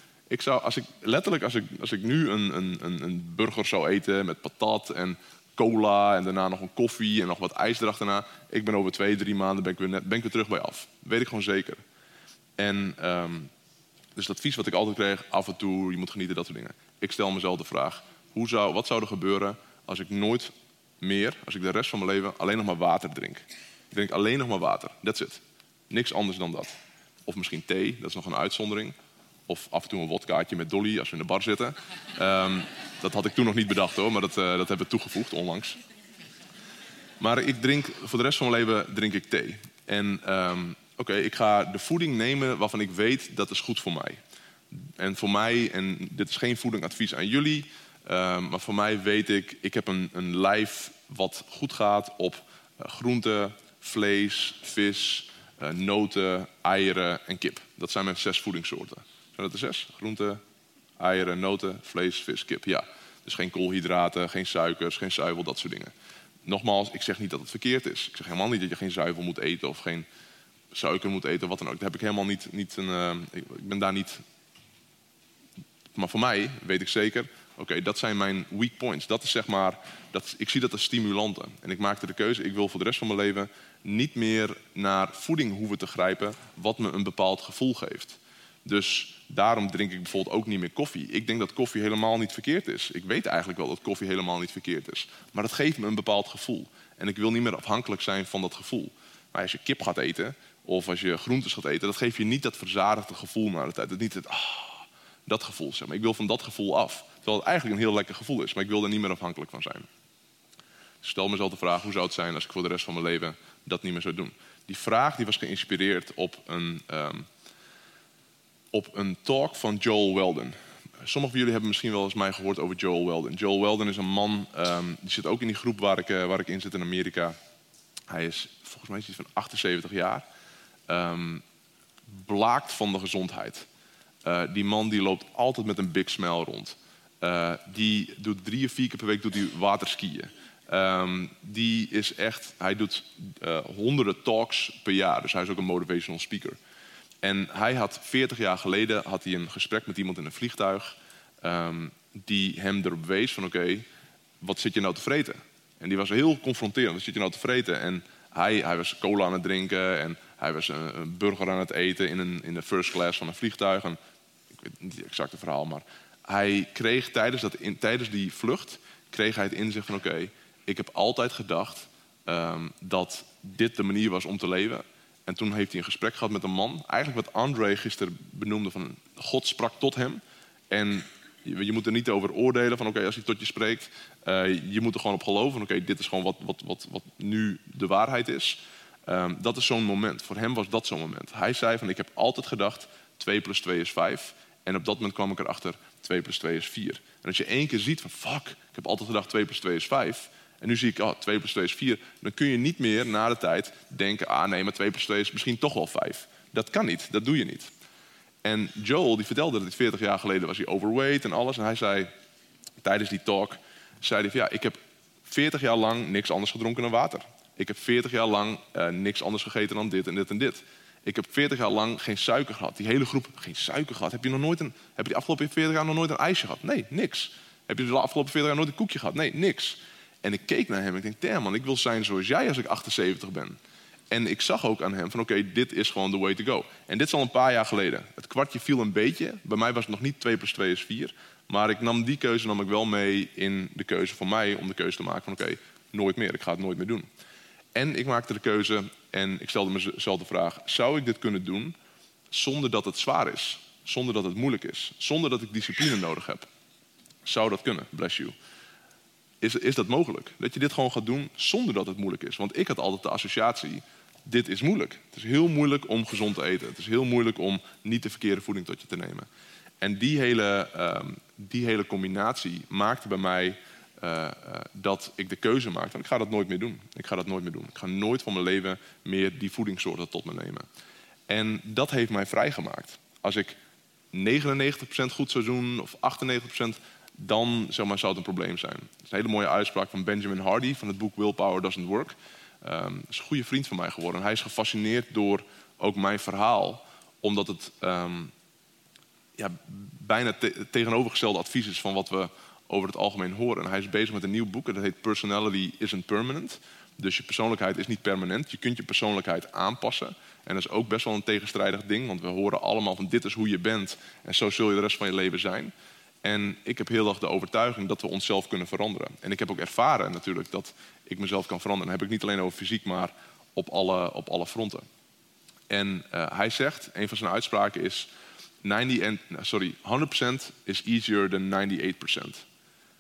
als ik nu een burger zou eten met patat en cola en daarna nog een koffie en nog wat ijs erachterna. Ik ben over 2-3 maanden ben ik weer terug bij af. Weet ik gewoon zeker. En dus het advies wat ik altijd kreeg, af en toe, je moet genieten, dat soort dingen. Ik stel mezelf de vraag, wat zou er gebeuren als ik nooit meer, als ik de rest van mijn leven alleen nog maar water drink? Ik drink alleen nog maar water, that's it. Niks anders dan dat. Of misschien thee, dat is nog een uitzondering. Of af en toe een wodkaatje met Dolly als we in de bar zitten. Dat had ik toen nog niet bedacht hoor, maar dat hebben we toegevoegd onlangs. Maar ik drink, voor de rest van mijn leven drink ik thee. En oké, ik ga de voeding nemen waarvan ik weet dat is goed voor mij. En voor mij, en dit is geen voedingadvies aan jullie, maar voor mij weet ik heb een lijf wat goed gaat op groenten, vlees, vis, noten, eieren en kip. Dat zijn mijn 6 voedingssoorten. Zijn dat de 6? Groenten, eieren, noten, vlees, vis, kip. Ja, dus geen koolhydraten, geen suikers, geen zuivel, dat soort dingen. Nogmaals, ik zeg niet dat het verkeerd is. Ik zeg helemaal niet dat je geen zuivel moet eten of geen suiker moet eten, wat dan ook. Daar heb ik helemaal niet ik ben daar niet. Maar voor mij weet ik zeker, oké, dat zijn mijn weak points. Dat is zeg maar, ik zie dat als stimulanten. En ik maakte de keuze, ik wil voor de rest van mijn leven niet meer naar voeding hoeven te grijpen wat me een bepaald gevoel geeft. Dus daarom drink ik bijvoorbeeld ook niet meer koffie. Ik denk dat koffie helemaal niet verkeerd is. Ik weet eigenlijk wel dat koffie helemaal niet verkeerd is. Maar dat geeft me een bepaald gevoel. En ik wil niet meer afhankelijk zijn van dat gevoel. Maar als je kip gaat eten, of als je groentes gaat eten, dat geeft je niet dat verzadigde gevoel na de tijd. Dat is niet dat gevoel, zeg maar. Ik wil van dat gevoel af. Terwijl het eigenlijk een heel lekker gevoel is, maar ik wil er niet meer afhankelijk van zijn. Dus stel mezelf de vraag, hoe zou het zijn als ik voor de rest van mijn leven dat niet meer zou doen? Die vraag die was geïnspireerd op een talk van Joel Weldon. Sommigen van jullie hebben misschien wel eens mij gehoord over Joel Weldon. Joel Weldon is een man, die zit ook in die groep waar ik in zit in Amerika. Hij is volgens mij iets van 78 jaar. Blaakt van de gezondheid. Die man die loopt altijd met een big smile rond. Die doet 3 of 4 keer per week waterskiën. Die is echt, hij doet honderden talks per jaar. Dus hij is ook een motivational speaker. En hij had 40 jaar geleden een gesprek met iemand in een vliegtuig. Die hem erop wees van oké, wat zit je nou te vreten? En die was heel confronterend. Wat zit je nou te vreten? En hij was cola aan het drinken. En hij was een burger aan het eten in de first class van een vliegtuig. En, ik weet niet het exacte verhaal, maar hij kreeg tijdens die vlucht kreeg hij het inzicht van oké, ik heb altijd gedacht dat dit de manier was om te leven. En toen heeft hij een gesprek gehad met een man. Eigenlijk wat André gisteren benoemde van God sprak tot hem. En je moet er niet over oordelen van oké, als hij tot je spreekt. Je moet er gewoon op geloven van oké, dit is gewoon wat nu de waarheid is. Dat is zo'n moment. Voor hem was dat zo'n moment. Hij zei van ik heb altijd gedacht 2 + 2 is 5. En op dat moment kwam ik erachter 2 + 2 is 4. En als je 1 keer ziet van fuck, ik heb altijd gedacht 2 + 2 is 5. En nu zie ik 2 + 2 is 4. Dan kun je niet meer na de tijd denken nee, maar 2 + 2 is misschien toch wel 5. Dat kan niet, dat doe je niet. En Joel die vertelde dat hij 40 jaar geleden was hij overweight en alles. En hij zei tijdens die talk, zei hij van, ik heb 40 jaar lang niks anders gedronken dan water. Ik heb 40 jaar lang niks anders gegeten dan dit en dit en dit. Ik heb 40 jaar lang geen suiker gehad. Die hele groep, geen suiker gehad. Heb je die afgelopen 40 jaar nog nooit een ijsje gehad? Nee, niks. Heb je de afgelopen 40 jaar nooit een koekje gehad? Nee, niks. En ik keek naar hem en ik denk, damn man, ik wil zijn zoals jij als ik 78 ben. En ik zag ook aan hem van oké, dit is gewoon the way to go. En dit is al een paar jaar geleden. Het kwartje viel een beetje. Bij mij was het nog niet 2 + 2 is 4. Maar ik nam die keuze wel mee in de keuze voor mij om de keuze te maken van oké, nooit meer. Ik ga het nooit meer doen. En ik maakte de keuze en ik stelde mezelf de vraag, zou ik dit kunnen doen zonder dat het zwaar is? Zonder dat het moeilijk is? Zonder dat ik discipline nodig heb? Zou dat kunnen? Bless you. Is dat mogelijk? Dat je dit gewoon gaat doen zonder dat het moeilijk is? Want ik had altijd de associatie, dit is moeilijk. Het is heel moeilijk om gezond te eten. Het is heel moeilijk om niet de verkeerde voeding tot je te nemen. En die hele combinatie maakte bij mij dat ik de keuze maakte. Ik ga dat nooit meer doen. Ik ga nooit van mijn leven meer die voedingssoorten tot me nemen. En dat heeft mij vrijgemaakt. Als ik 99% goed zou doen of 98%, dan zou het een probleem zijn. Dat is een hele mooie uitspraak van Benjamin Hardy van het boek Willpower Doesn't Work. Dat is een goede vriend van mij geworden. Hij is gefascineerd door ook mijn verhaal, omdat het bijna tegenovergestelde advies is van wat we over het algemeen horen. En hij is bezig met een nieuw boek en dat heet Personality Isn't Permanent. Dus je persoonlijkheid is niet permanent. Je kunt je persoonlijkheid aanpassen. En dat is ook best wel een tegenstrijdig ding, want we horen allemaal van dit is hoe je bent en zo zul je de rest van je leven zijn. En ik heb heel erg de overtuiging dat we onszelf kunnen veranderen. En ik heb ook ervaren natuurlijk dat ik mezelf kan veranderen. Dan heb ik niet alleen over fysiek, maar op alle fronten. En hij zegt, een van zijn uitspraken is 100% is easier than 98%.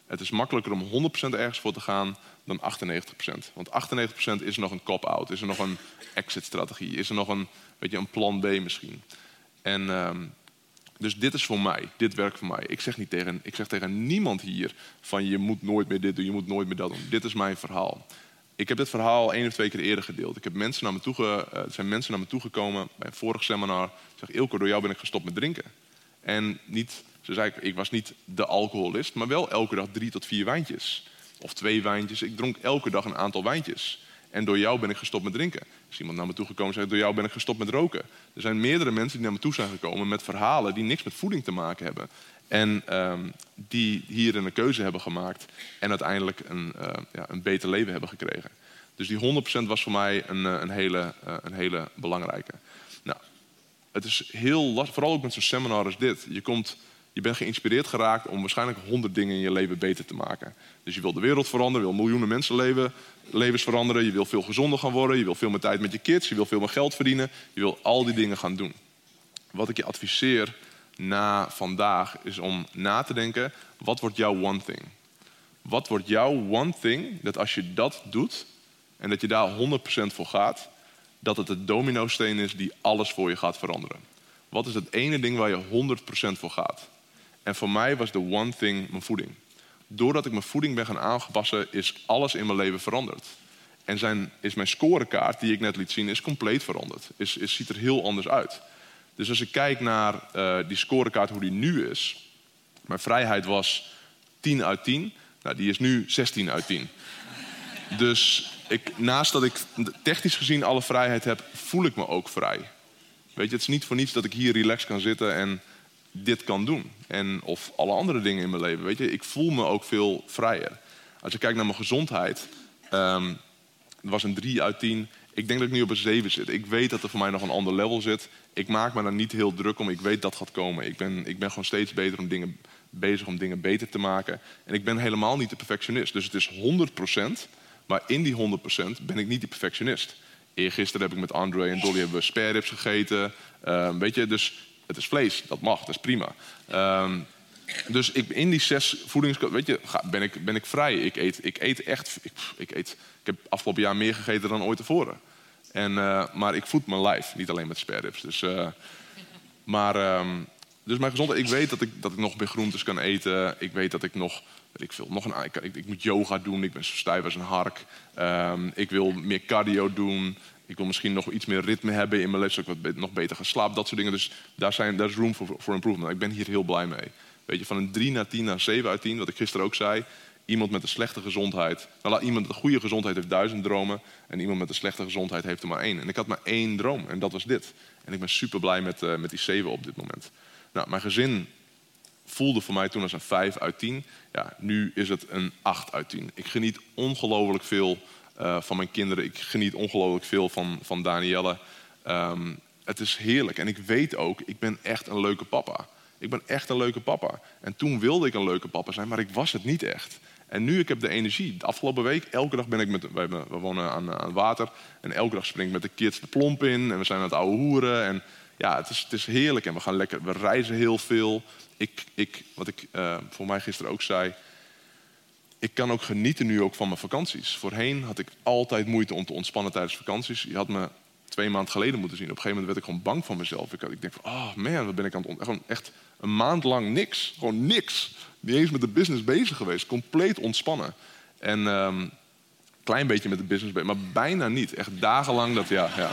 Het is makkelijker om 100% ergens voor te gaan dan 98%. Want 98% is er nog een cop-out, is er nog een exit-strategie, is er nog een plan B misschien. En dus dit is voor mij, dit werkt voor mij. Ik zeg tegen niemand hier van je moet nooit meer dit doen, je moet nooit meer dat doen. Dit is mijn verhaal. Ik heb dit verhaal 1 of 2 keer eerder gedeeld. Er zijn mensen naar me toegekomen bij een vorig seminar. Ze zeggen, Eelco, door jou ben ik gestopt met drinken. En ze zei, ik was niet de alcoholist, maar wel elke dag 3 tot 4 wijntjes. Of 2 wijntjes. Ik dronk elke dag een aantal wijntjes. En door jou ben ik gestopt met drinken. Er is iemand naar me toegekomen en zei, door jou ben ik gestopt met roken. Er zijn meerdere mensen die naar me toe zijn gekomen met verhalen die niks met voeding te maken hebben. En die hierin een keuze hebben gemaakt en uiteindelijk een beter leven hebben gekregen. Dus die 100% was voor mij een hele belangrijke. Nou, het is heel lastig, vooral ook met zo'n seminar als dit. Je bent geïnspireerd geraakt om waarschijnlijk 100 dingen in je leven beter te maken. Dus je wil de wereld veranderen, je wil miljoenen mensenlevens veranderen. Je wil veel gezonder gaan worden, je wil veel meer tijd met je kids, je wil veel meer geld verdienen. Je wil al die dingen gaan doen. Wat ik je adviseer na vandaag is om na te denken, wat wordt jouw one thing? Wat wordt jouw one thing dat als je dat doet en dat je daar 100% voor gaat, dat het de dominosteen is die alles voor je gaat veranderen? Wat is het ene ding waar je 100% voor gaat? En voor mij was de one thing mijn voeding. Doordat ik mijn voeding ben gaan aanpassen, is alles in mijn leven veranderd. En is mijn scorekaart, die ik net liet zien, is compleet veranderd. Ziet er heel anders uit. Dus als ik kijk naar die scorekaart, hoe die nu is. Mijn vrijheid was 10 uit 10. Nou, die is nu 16 uit 10. Dus naast dat ik technisch gezien alle vrijheid heb, voel ik me ook vrij. Weet je, het is niet voor niets dat ik hier relaxed kan zitten en dit kan doen. Of alle andere dingen in mijn leven. Weet je, ik voel me ook veel vrijer. Als ik kijk naar mijn gezondheid, het was een 3 uit 10. Ik denk dat ik nu op een 7 zit. Ik weet dat er voor mij nog een ander level zit. Ik maak me daar niet heel druk om. Ik weet dat gaat komen. Ik ben gewoon steeds bezig om dingen beter te maken. En ik ben helemaal niet de perfectionist. Dus het is 100%. Maar in die 100% ben ik niet die perfectionist. Eergisteren heb ik met André en Dolly hebben we spare ribs gegeten. Weet je, dus het is vlees. Dat mag, dat is prima. Dus in die 6 ben ik vrij. Ik eet echt. Ik heb afgelopen jaar meer gegeten dan ooit tevoren. Maar ik voed mijn lijf, niet alleen met spare ribs. Dus mijn gezondheid. Ik weet dat ik nog meer groentes kan eten. Ik weet dat ik nog. Ik moet yoga doen. Ik ben zo stijf als een hark. Ik wil meer cardio doen. Ik wil misschien nog iets meer ritme hebben in mijn les. Zodat ik nog beter ga slapen. Dat soort dingen. Dus daar is room for improvement. Ik ben hier heel blij mee. Weet je, van een 3 naar 10 naar 7 uit 10. Wat ik gisteren ook zei. Iemand met een slechte gezondheid. Iemand met een goede gezondheid heeft 1000 dromen. En iemand met een slechte gezondheid heeft er maar 1. En ik had maar 1 droom. En dat was dit. En ik ben super blij met die 7 op dit moment. Nou, mijn gezin voelde voor mij toen als een 5 uit 10. Ja, nu is het een 8 uit 10. Ik geniet ongelooflijk veel van mijn kinderen. Ik geniet ongelooflijk veel van Danielle. Het is heerlijk. En ik weet ook, ik ben echt een leuke papa. Ik ben echt een leuke papa. En toen wilde ik een leuke papa zijn, maar ik was het niet echt. En nu, ik heb de energie. De afgelopen week, elke dag ben ik we wonen aan water. En elke dag spring ik met de kids de plomp in. En we zijn aan het ouwe hoeren. En ja, het is heerlijk. En we reizen heel veel. Wat ik voor mij gisteren ook zei. Ik kan ook genieten nu ook van mijn vakanties. Voorheen had ik altijd moeite om te ontspannen tijdens vakanties. Je had me 2 maanden geleden moeten zien. Op een gegeven moment werd ik gewoon bang van mezelf. Ik denk van, oh man, wat ben ik aan het gewoon echt een maand lang niks. Gewoon niks. Niet eens met de business bezig geweest. Compleet ontspannen. En klein beetje met de business bezig, maar bijna niet. Echt dagenlang dat, ja.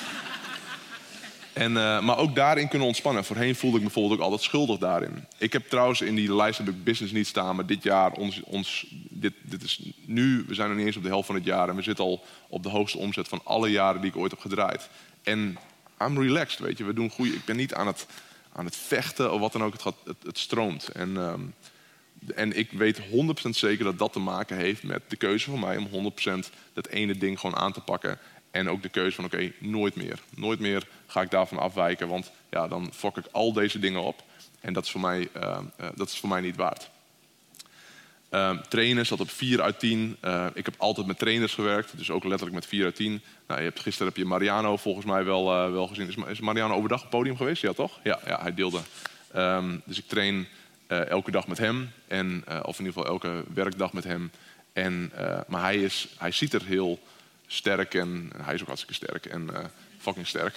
Maar ook daarin kunnen ontspannen. Voorheen voelde ik me bijvoorbeeld ook altijd schuldig daarin. Ik heb trouwens in die lijst heb ik business niet staan. Maar dit jaar, dit is nu, we zijn nog niet eens op de helft van het jaar. En we zitten al op de hoogste omzet van alle jaren die ik ooit heb gedraaid. En I'm relaxed, weet je. We doen goeie. Ik ben niet aan het vechten of wat dan ook. Het stroomt. En ik weet 100% zeker dat te maken heeft met de keuze van mij om 100% dat ene ding gewoon aan te pakken. En ook de keuze van oké, nooit meer. Nooit meer ga ik daarvan afwijken. Want ja, dan fok ik al deze dingen op. En dat is voor mij niet waard. Trainen zat op 4 uit 10. Ik heb altijd met trainers gewerkt. Dus ook letterlijk met 4 uit 10. Nou, gisteren heb je Mariano volgens mij wel gezien. Is Mariano overdag op het podium geweest? Ja, toch? Ja, hij deelde. Dus ik train elke dag met hem. Of in ieder geval elke werkdag met hem. Maar hij ziet er heel sterk en hij is ook hartstikke sterk en fucking sterk.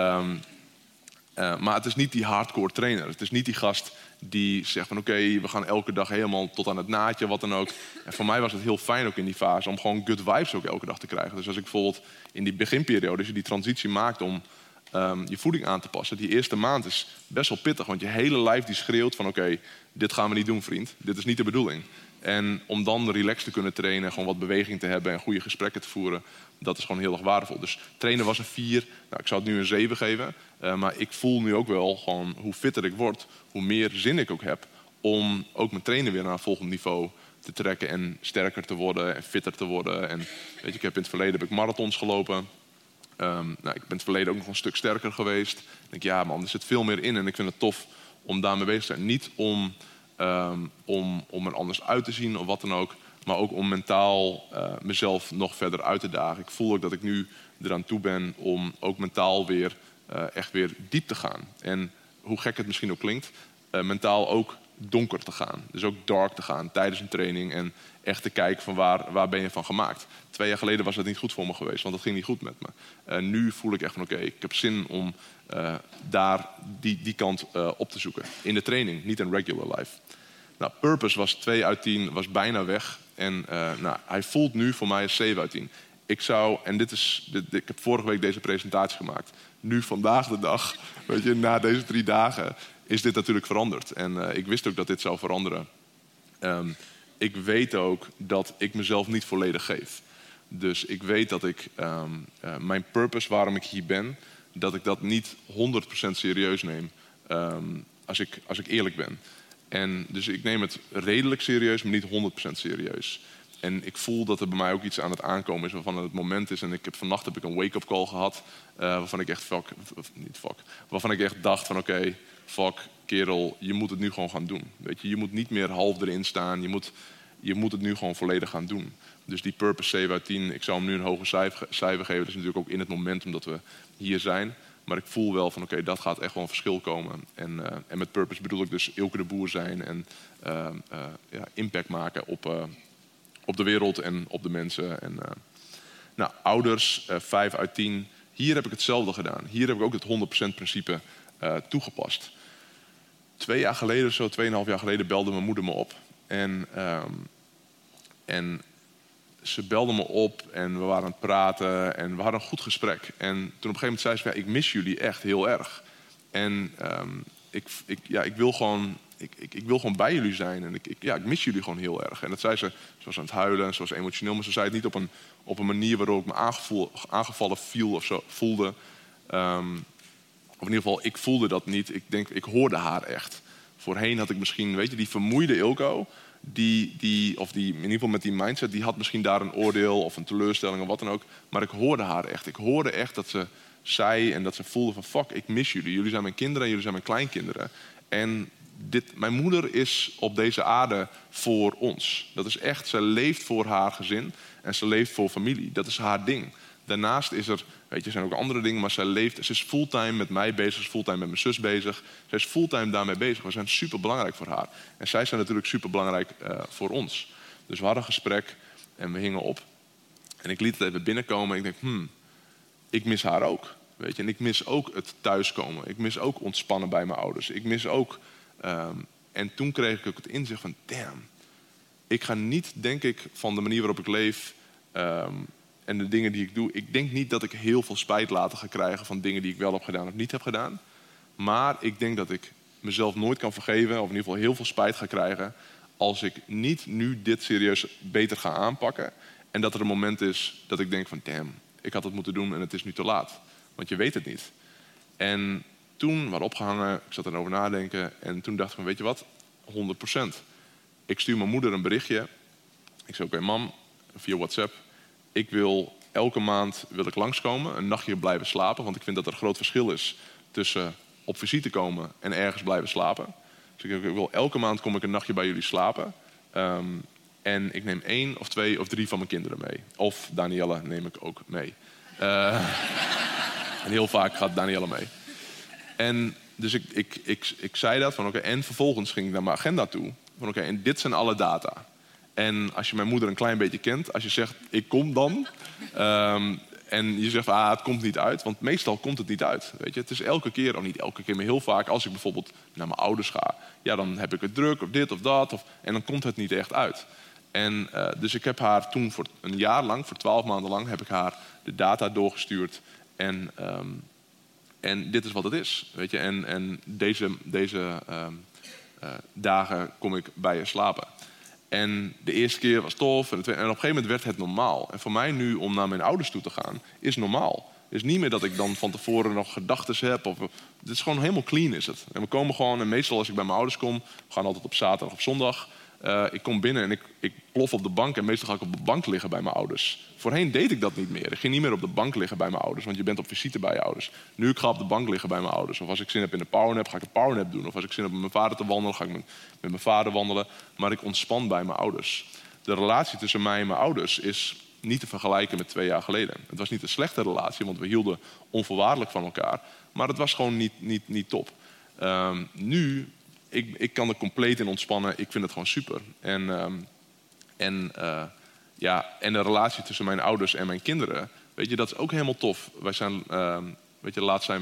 Maar het is niet die hardcore trainer. Het is niet die gast die zegt van oké, we gaan elke dag helemaal tot aan het naadje, wat dan ook. En voor mij was het heel fijn ook in die fase om gewoon good vibes ook elke dag te krijgen. Dus als ik bijvoorbeeld in die beginperiode, als je die transitie maakt om je voeding aan te passen. Die eerste maand is best wel pittig, want je hele lijf die schreeuwt van oké, dit gaan we niet doen, vriend. Dit is niet de bedoeling. En om dan relaxed te kunnen trainen, gewoon wat beweging te hebben en goede gesprekken te voeren, dat is gewoon heel erg waardevol. Dus trainen was een 4. Nou, ik zou het nu een 7 geven. Maar ik voel nu ook wel gewoon hoe fitter ik word, hoe meer zin ik ook heb om ook mijn trainen weer naar een volgend niveau te trekken en sterker te worden en fitter te worden. En weet je, ik heb in het verleden marathons gelopen. Nou, ik ben in het verleden ook nog een stuk sterker geweest. Ik denk, ja man, er zit veel meer in en ik vind het tof om daarmee bezig te zijn. Niet om er anders uit te zien of wat dan ook, maar ook om mentaal mezelf nog verder uit te dagen. Ik voel ook dat ik nu eraan toe ben om ook mentaal weer echt weer diep te gaan. En hoe gek het misschien ook klinkt, mentaal ook donker te gaan. Dus ook dark te gaan tijdens een training en echt te kijken van waar ben je van gemaakt. 2 jaar geleden was dat niet goed voor me geweest, want dat ging niet goed met me. Nu voel ik echt van oké, ik heb zin om daar die kant op te zoeken. In de training, niet in regular life. Nou, Purpose was 2 uit 10, was bijna weg. En hij voelt nu voor mij een 7 uit 10. Ik heb vorige week deze presentatie gemaakt. Nu, vandaag de dag, weet je, na deze 3 dagen, is dit natuurlijk veranderd. En ik wist ook dat dit zou veranderen. Ik weet ook dat ik mezelf niet volledig geef. Dus ik weet dat ik mijn purpose, waarom ik hier ben, dat ik dat niet 100% serieus neem. Als ik eerlijk ben. En dus ik neem het redelijk serieus, maar niet 100% serieus. En ik voel dat er bij mij ook iets aan het aankomen is waarvan het moment is. En vannacht heb ik een wake-up call gehad. Waarvan ik echt dacht van oké, fuck kerel, je moet het nu gewoon gaan doen. Weet je moet niet meer half erin staan. Je moet het nu gewoon volledig gaan doen. Dus die purpose 7 uit 10, ik zou hem nu een hoger cijfer geven. Dat is natuurlijk ook in het moment omdat we hier zijn. Maar ik voel wel van oké, dat gaat echt wel een verschil komen. En met purpose bedoel ik dus Ilke de Boer zijn en impact maken op de wereld en op de mensen. Nou, ouders, 5 uit 10. Hier heb ik hetzelfde gedaan. Hier heb ik ook het 100% principe toegepast. 2 jaar geleden of zo, 2,5 jaar geleden belde mijn moeder me op. En ze belde me op en we waren aan het praten en we hadden een goed gesprek. En toen op een gegeven moment zei ze, ik mis jullie echt heel erg. En ik wil gewoon bij jullie zijn. En ik mis jullie gewoon heel erg. En dat zei ze was aan het huilen, ze was emotioneel. Maar ze zei het niet op een manier waarop ik me aangevallen voelde. Of in ieder geval, ik voelde dat niet. Ik hoorde haar echt. Voorheen had ik misschien, weet je, die vermoeide Ilko. Die in ieder geval met die mindset, die had misschien daar een oordeel of een teleurstelling of wat dan ook. Maar ik hoorde haar echt. Ik hoorde echt dat ze zei en dat ze voelde van fuck, ik mis jullie. Jullie zijn mijn kinderen en jullie zijn mijn kleinkinderen. En mijn moeder is op deze aarde voor ons. Dat is echt, ze leeft voor haar gezin en ze leeft voor familie. Dat is haar ding. Daarnaast is er, weet je, zijn ook andere dingen, maar ze is fulltime met mij bezig, ze is fulltime met mijn zus bezig. Ze is fulltime daarmee bezig. We zijn super belangrijk voor haar. En zij zijn natuurlijk super belangrijk voor ons. Dus we hadden een gesprek en we hingen op. En ik liet het even binnenkomen en ik denk, ik mis haar ook. Weet je? En ik mis ook het thuiskomen. Ik mis ook ontspannen bij mijn ouders. Ik mis ook... en toen kreeg ik ook het inzicht van, damn. Ik ga niet, denk ik, van de manier waarop ik leef... en de dingen die ik doe... Ik denk niet dat ik heel veel spijt later ga krijgen... van dingen die ik wel heb gedaan of niet heb gedaan. Maar ik denk dat ik mezelf nooit kan vergeven... of in ieder geval heel veel spijt ga krijgen... als ik niet nu dit serieus beter ga aanpakken... en dat er een moment is dat ik denk van... damn, ik had het moeten doen en het is nu te laat. Want je weet het niet. En toen waren opgehangen, ik zat erover nadenken... en toen dacht ik van, weet je wat, 100%. Ik stuur mijn moeder een berichtje. Ik zei, oké, mam, via WhatsApp... elke maand wil ik langskomen, een nachtje blijven slapen... want ik vind dat er een groot verschil is tussen op visite komen en ergens blijven slapen. Dus ik wil elke maand kom ik een nachtje bij jullie slapen... en ik neem 1 of 2 of 3 van mijn kinderen mee. Of Danielle neem ik ook mee. En heel vaak gaat Danielle mee. En dus ik zei dat van oké, en vervolgens ging ik naar mijn agenda toe. Van oké, en dit zijn alle data. En als je mijn moeder een klein beetje kent, als je zegt ik kom dan... en je zegt het komt niet uit, want meestal komt het niet uit. Weet je? Het is elke keer, of niet elke keer, maar heel vaak... als ik bijvoorbeeld naar mijn ouders ga... ja, dan heb ik het druk of dit of dat. En dan komt het niet echt uit. En dus ik heb haar toen voor een jaar lang, voor 12 maanden lang... heb ik haar de data doorgestuurd. En dit is wat het is. Weet je? En deze dagen kom ik bij je slapen. En de eerste keer was tof. En op een gegeven moment werd het normaal. En voor mij nu om naar mijn ouders toe te gaan, is normaal. Het is niet meer dat ik dan van tevoren nog gedachten heb. Het is gewoon helemaal clean is het. En we komen gewoon, en meestal als ik bij mijn ouders kom... we gaan altijd op zaterdag of zondag... ik kom binnen en ik plof op de bank... en meestal ga ik op de bank liggen bij mijn ouders. Voorheen deed ik dat niet meer. Ik ging niet meer op de bank liggen bij mijn ouders... want je bent op visite bij je ouders. Nu ik ga op de bank liggen bij mijn ouders. Of als ik zin heb in een powernap, ga ik een powernap doen. Of als ik zin heb met mijn vader te wandelen... ga ik met mijn vader wandelen. Maar ik ontspan bij mijn ouders. De relatie tussen mij en mijn ouders is niet te vergelijken met 2 jaar geleden. Het was niet een slechte relatie, want we hielden onvoorwaardelijk van elkaar. Maar het was gewoon niet top. Nu... Ik kan er compleet in ontspannen. Ik vind het gewoon super. En de relatie tussen mijn ouders en mijn kinderen... weet je, dat is ook helemaal tof. Wij zijn... laatst zijn we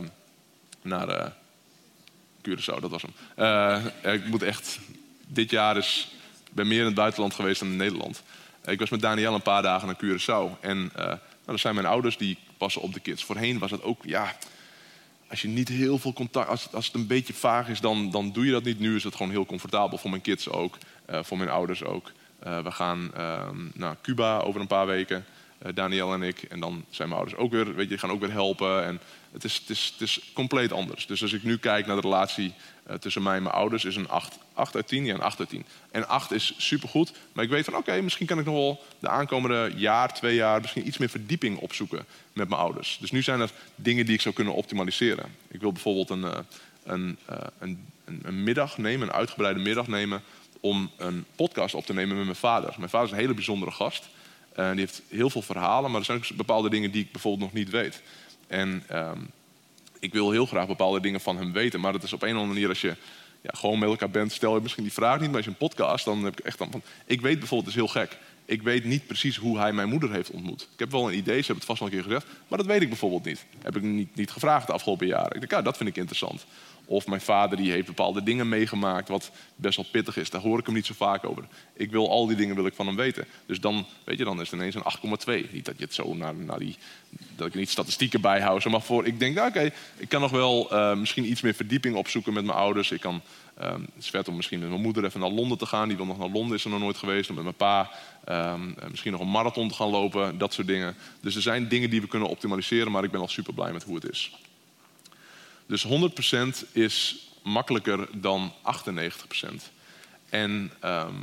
naar Curaçao, dat was hem. Ik moet echt... Dit jaar ik ben meer in het buitenland geweest dan in Nederland. Ik was met Daniel een paar dagen naar Curaçao. En dat zijn mijn ouders, die passen op de kids. Voorheen was het ook... als je niet heel veel contact... Als het een beetje vaag is, dan doe je dat niet. Nu is het gewoon heel comfortabel. Voor mijn kids ook. Voor mijn ouders ook. We gaan naar Cuba over een paar weken. Daniel en ik. En dan zijn mijn ouders ook weer... Weet je, die gaan ook weer helpen. En het is compleet anders. Dus als ik nu kijk naar de relatie tussen mij en mijn ouders... is een 8 uit 10. Ja, een 8 uit 10. En 8 is supergoed. Maar ik weet van oké, misschien kan ik nog wel de aankomende jaar, 2 jaar... misschien iets meer verdieping opzoeken met mijn ouders. Dus nu zijn er dingen die ik zou kunnen optimaliseren. Ik wil bijvoorbeeld een middag nemen, een uitgebreide middag nemen... om een podcast op te nemen met mijn vader. Mijn vader is een hele bijzondere gast. Die heeft heel veel verhalen, maar er zijn ook bepaalde dingen die ik bijvoorbeeld nog niet weet. En ik wil heel graag bepaalde dingen van hem weten. Maar dat is op een of andere manier als je gewoon met elkaar bent... stel je misschien die vraag niet, maar als je een podcast... dan heb ik echt van... Ik weet bijvoorbeeld, het is heel gek... Ik weet niet precies hoe hij mijn moeder heeft ontmoet. Ik heb wel een idee, ze hebben het vast wel een keer gezegd... maar dat weet ik bijvoorbeeld niet. Heb ik niet gevraagd de afgelopen jaren. Ik denk, dat vind ik interessant. Of mijn vader die heeft bepaalde dingen meegemaakt... wat best wel pittig is, daar hoor ik hem niet zo vaak over. Al die dingen wil ik van hem weten. Dus dan, weet je, dan is het ineens een 8,2. Niet dat je het zo dat ik niet statistieken bijhoud. Maar ik denk, oké, ik kan nog wel misschien iets meer verdieping opzoeken met mijn ouders. Ik kan... het is vet om misschien met mijn moeder even naar Londen te gaan. Die wil nog naar Londen, is er nog nooit geweest. Of met mijn pa misschien nog een marathon te gaan lopen. Dat soort dingen. Dus er zijn dingen die we kunnen optimaliseren. Maar ik ben al super blij met hoe het is. Dus 100% is makkelijker dan 98%. En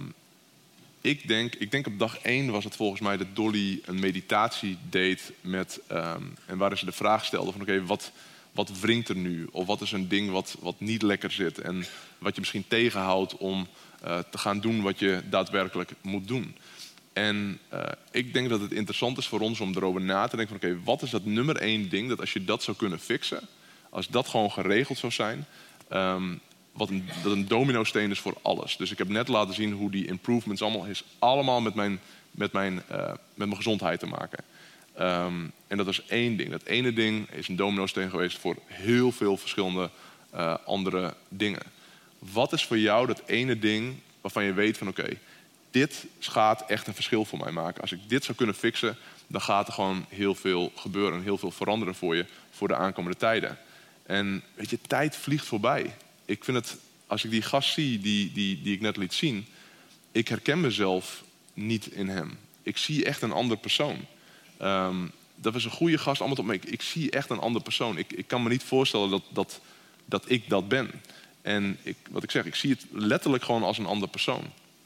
ik denk op dag 1 was het volgens mij dat Dolly een meditatie deed met... en waarin ze de vraag stelde van oké, wat wringt er nu? Of wat is een ding wat niet lekker zit? En wat je misschien tegenhoudt om te gaan doen wat je daadwerkelijk moet doen. En ik denk dat het interessant is voor ons om erover na te denken van oké, wat is dat nummer 1 ding dat als je dat zou kunnen fixen... als dat gewoon geregeld zou zijn... dat een domino-steen is voor alles. Dus ik heb net laten zien hoe die improvements allemaal met mijn gezondheid te maken. En dat is 1 ding. Dat ene ding is een domino-steen geweest voor heel veel verschillende andere dingen. Wat is voor jou dat ene ding waarvan je weet van oké, dit gaat echt een verschil voor mij maken. Als ik dit zou kunnen fixen, dan gaat er gewoon heel veel gebeuren en heel veel veranderen voor je voor de aankomende tijden. En weet je, tijd vliegt voorbij. Ik vind het, als ik die gast zie die ik net liet zien, ik herken mezelf niet in hem. Ik zie echt een ander persoon. Dat was een goede gast, allemaal op me. Ik zie echt een ander persoon. Ik kan me niet voorstellen dat ik dat ben. En wat ik zeg, ik zie het letterlijk gewoon als een ander persoon.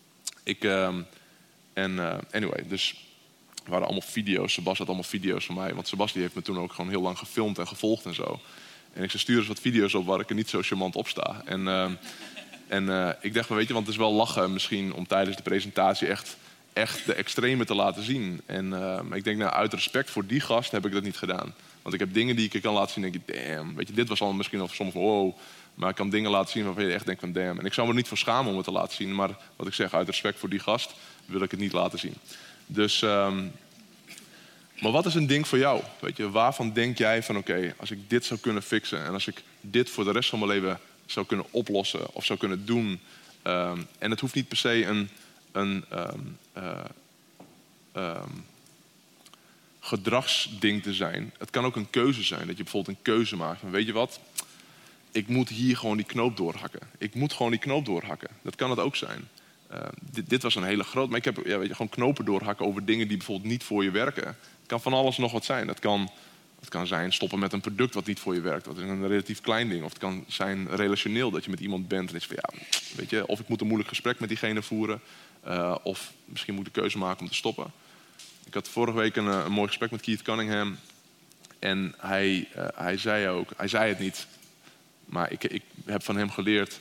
Anyway, dus er waren allemaal video's. Sebas had allemaal video's van mij. Want Sebas die heeft me toen ook gewoon heel lang gefilmd en gevolgd en zo. En ik zei, stuur eens wat video's op waar ik er niet zo charmant op sta. En ik dacht, weet je, want het is wel lachen misschien om tijdens de presentatie echt de extreme te laten zien. En ik denk, uit respect voor die gast heb ik dat niet gedaan. Want ik heb dingen die ik kan laten zien en denk je, damn. Weet je, dit was al misschien al soms van wow. Maar ik kan dingen laten zien waarvan je echt denkt van damn. En ik zou me er niet voor schamen om het te laten zien. Maar wat ik zeg, uit respect voor die gast wil ik het niet laten zien. Dus, maar wat is een ding voor jou? Weet je, waarvan denk jij van oké, als ik dit zou kunnen fixen... en als ik dit voor de rest van mijn leven zou kunnen oplossen of zou kunnen doen... en het hoeft niet per se een gedragsding te zijn. Het kan ook een keuze zijn. Dat je bijvoorbeeld een keuze maakt van weet je wat... ik moet hier gewoon die knoop doorhakken. Ik moet gewoon die knoop doorhakken. Dat kan het ook zijn. Dit was een hele grote... Maar ik heb gewoon knopen doorhakken over dingen die bijvoorbeeld niet voor je werken. Het kan van alles nog wat zijn. Het kan zijn stoppen met een product wat niet voor je werkt. Dat is een relatief klein ding. Of het kan zijn relationeel dat je met iemand bent. En is van ja, weet je, of ik moet een moeilijk gesprek met diegene voeren. Of misschien moet ik de keuze maken om te stoppen. Ik had vorige week een mooi gesprek met Keith Cunningham. En hij zei het niet... Maar ik heb van hem geleerd...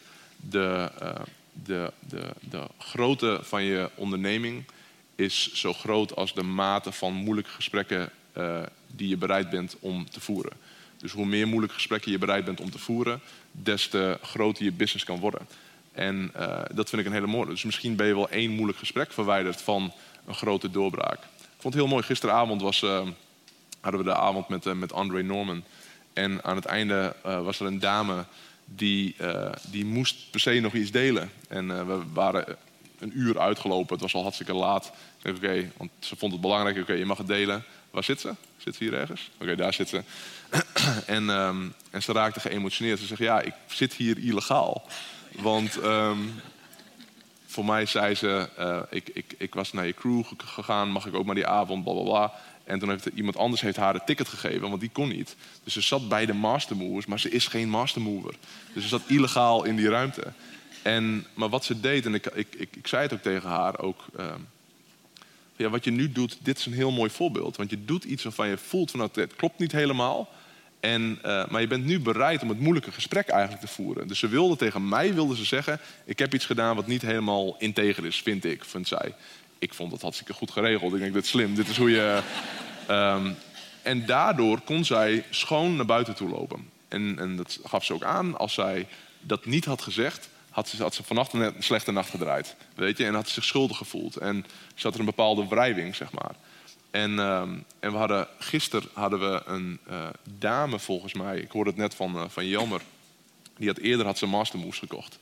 de grootte van je onderneming... is zo groot als de mate van moeilijke gesprekken... die je bereid bent om te voeren. Dus hoe meer moeilijke gesprekken je bereid bent om te voeren... des te groter je business kan worden. En dat vind ik een hele mooie. Dus misschien ben je wel 1 moeilijk gesprek verwijderd... van een grote doorbraak. Ik vond het heel mooi. Gisteravond hadden we de avond met Andre Norman... En aan het einde was er een dame die moest per se nog iets delen. En we waren een uur uitgelopen. Het was al hartstikke laat. Ik dacht, oké, want ze vond het belangrijk. Oké, je mag het delen. Waar zit ze? Zit ze hier ergens? Oké, daar zit ze. En ze raakte geëmotioneerd. Ze zegt, ja, ik zit hier illegaal. Want voor mij zei ze, ik was naar je crew gegaan. Mag ik ook maar die avond, blablabla. En toen heeft iemand anders haar het ticket gegeven, want die kon niet. Dus ze zat bij de mastermovers, maar ze is geen mastermover. Dus ze zat illegaal in die ruimte. Maar wat ze deed, en ik zei het ook tegen haar, wat je nu doet, dit is een heel mooi voorbeeld. Want je doet iets waarvan je voelt van het klopt niet helemaal. Maar je bent nu bereid om het moeilijke gesprek eigenlijk te voeren. Dus tegen mij wilde ze zeggen, ik heb iets gedaan wat niet helemaal integer is, vindt zij. Ik vond het hartstikke goed geregeld. Ik denk, dit is slim. Dit is hoe je... en daardoor kon zij schoon naar buiten toe lopen. En dat gaf ze ook aan. Als zij dat niet had gezegd... had ze vannacht een slechte nacht gedraaid. Weet je? En had ze zich schuldig gevoeld. En ze had er een bepaalde wrijving, zeg maar. En gisteren hadden we een dame, volgens mij... Ik hoorde het net van Jelmer. Die had eerder zijn Mastermoves gekocht.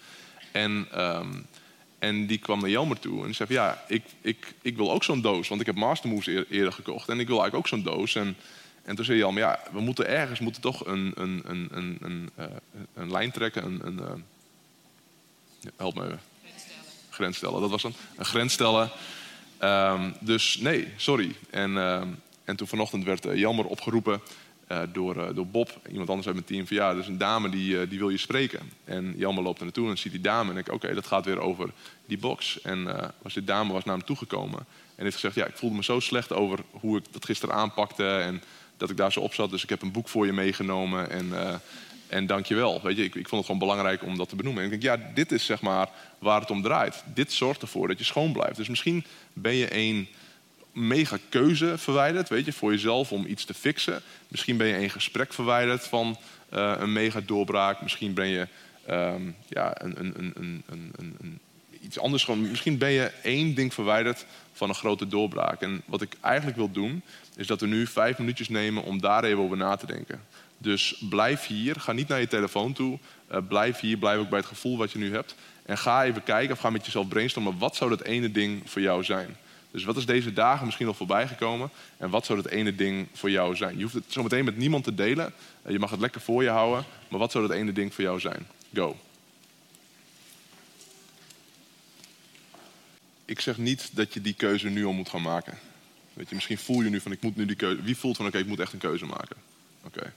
En die kwam naar Jelmer toe en zei van, ja, ik wil ook zo'n doos. Want ik heb Mastermoves eerder gekocht. En ik wil eigenlijk ook zo'n doos. En toen zei Jelmer, ja, we moeten toch een lijn trekken. Help me even. Grens stellen, dat was een grens stellen. Dus nee, sorry. En toen vanochtend werd Jelmer opgeroepen... door Bob, iemand anders uit mijn team... van ja, er is een dame die wil je spreken. En Jelmer loopt er naartoe en ziet die dame... en denk oké, dat gaat weer over die box. En die dame was naar hem toegekomen... en heeft gezegd, ja, ik voelde me zo slecht over... hoe ik dat gisteren aanpakte en dat ik daar zo op zat... dus ik heb een boek voor je meegenomen en dank je wel. Weet je, ik vond het gewoon belangrijk om dat te benoemen. En ik denk, ja, dit is zeg maar waar het om draait. Dit zorgt ervoor dat je schoon blijft. Dus misschien ben je een... mega keuze verwijderd, weet je, voor jezelf om iets te fixen. Misschien ben je een gesprek verwijderd van een mega doorbraak. Misschien ben je iets anders. Misschien ben je 1 ding verwijderd van een grote doorbraak. En wat ik eigenlijk wil doen, is dat we nu 5 minuutjes nemen om daar even over na te denken. Dus blijf hier, ga niet naar je telefoon toe. Blijf hier, blijf ook bij het gevoel wat je nu hebt. En ga even kijken of ga met jezelf brainstormen. Wat zou dat ene ding voor jou zijn? Dus wat is deze dagen misschien al voorbij gekomen? En wat zou dat ene ding voor jou zijn? Je hoeft het zo meteen met niemand te delen. Je mag het lekker voor je houden. Maar wat zou dat ene ding voor jou zijn? Go. Ik zeg niet dat je die keuze nu al moet gaan maken. Weet je, misschien voel je nu van ik moet nu die keuze... Wie voelt van oké, ik moet echt een keuze maken? Oké.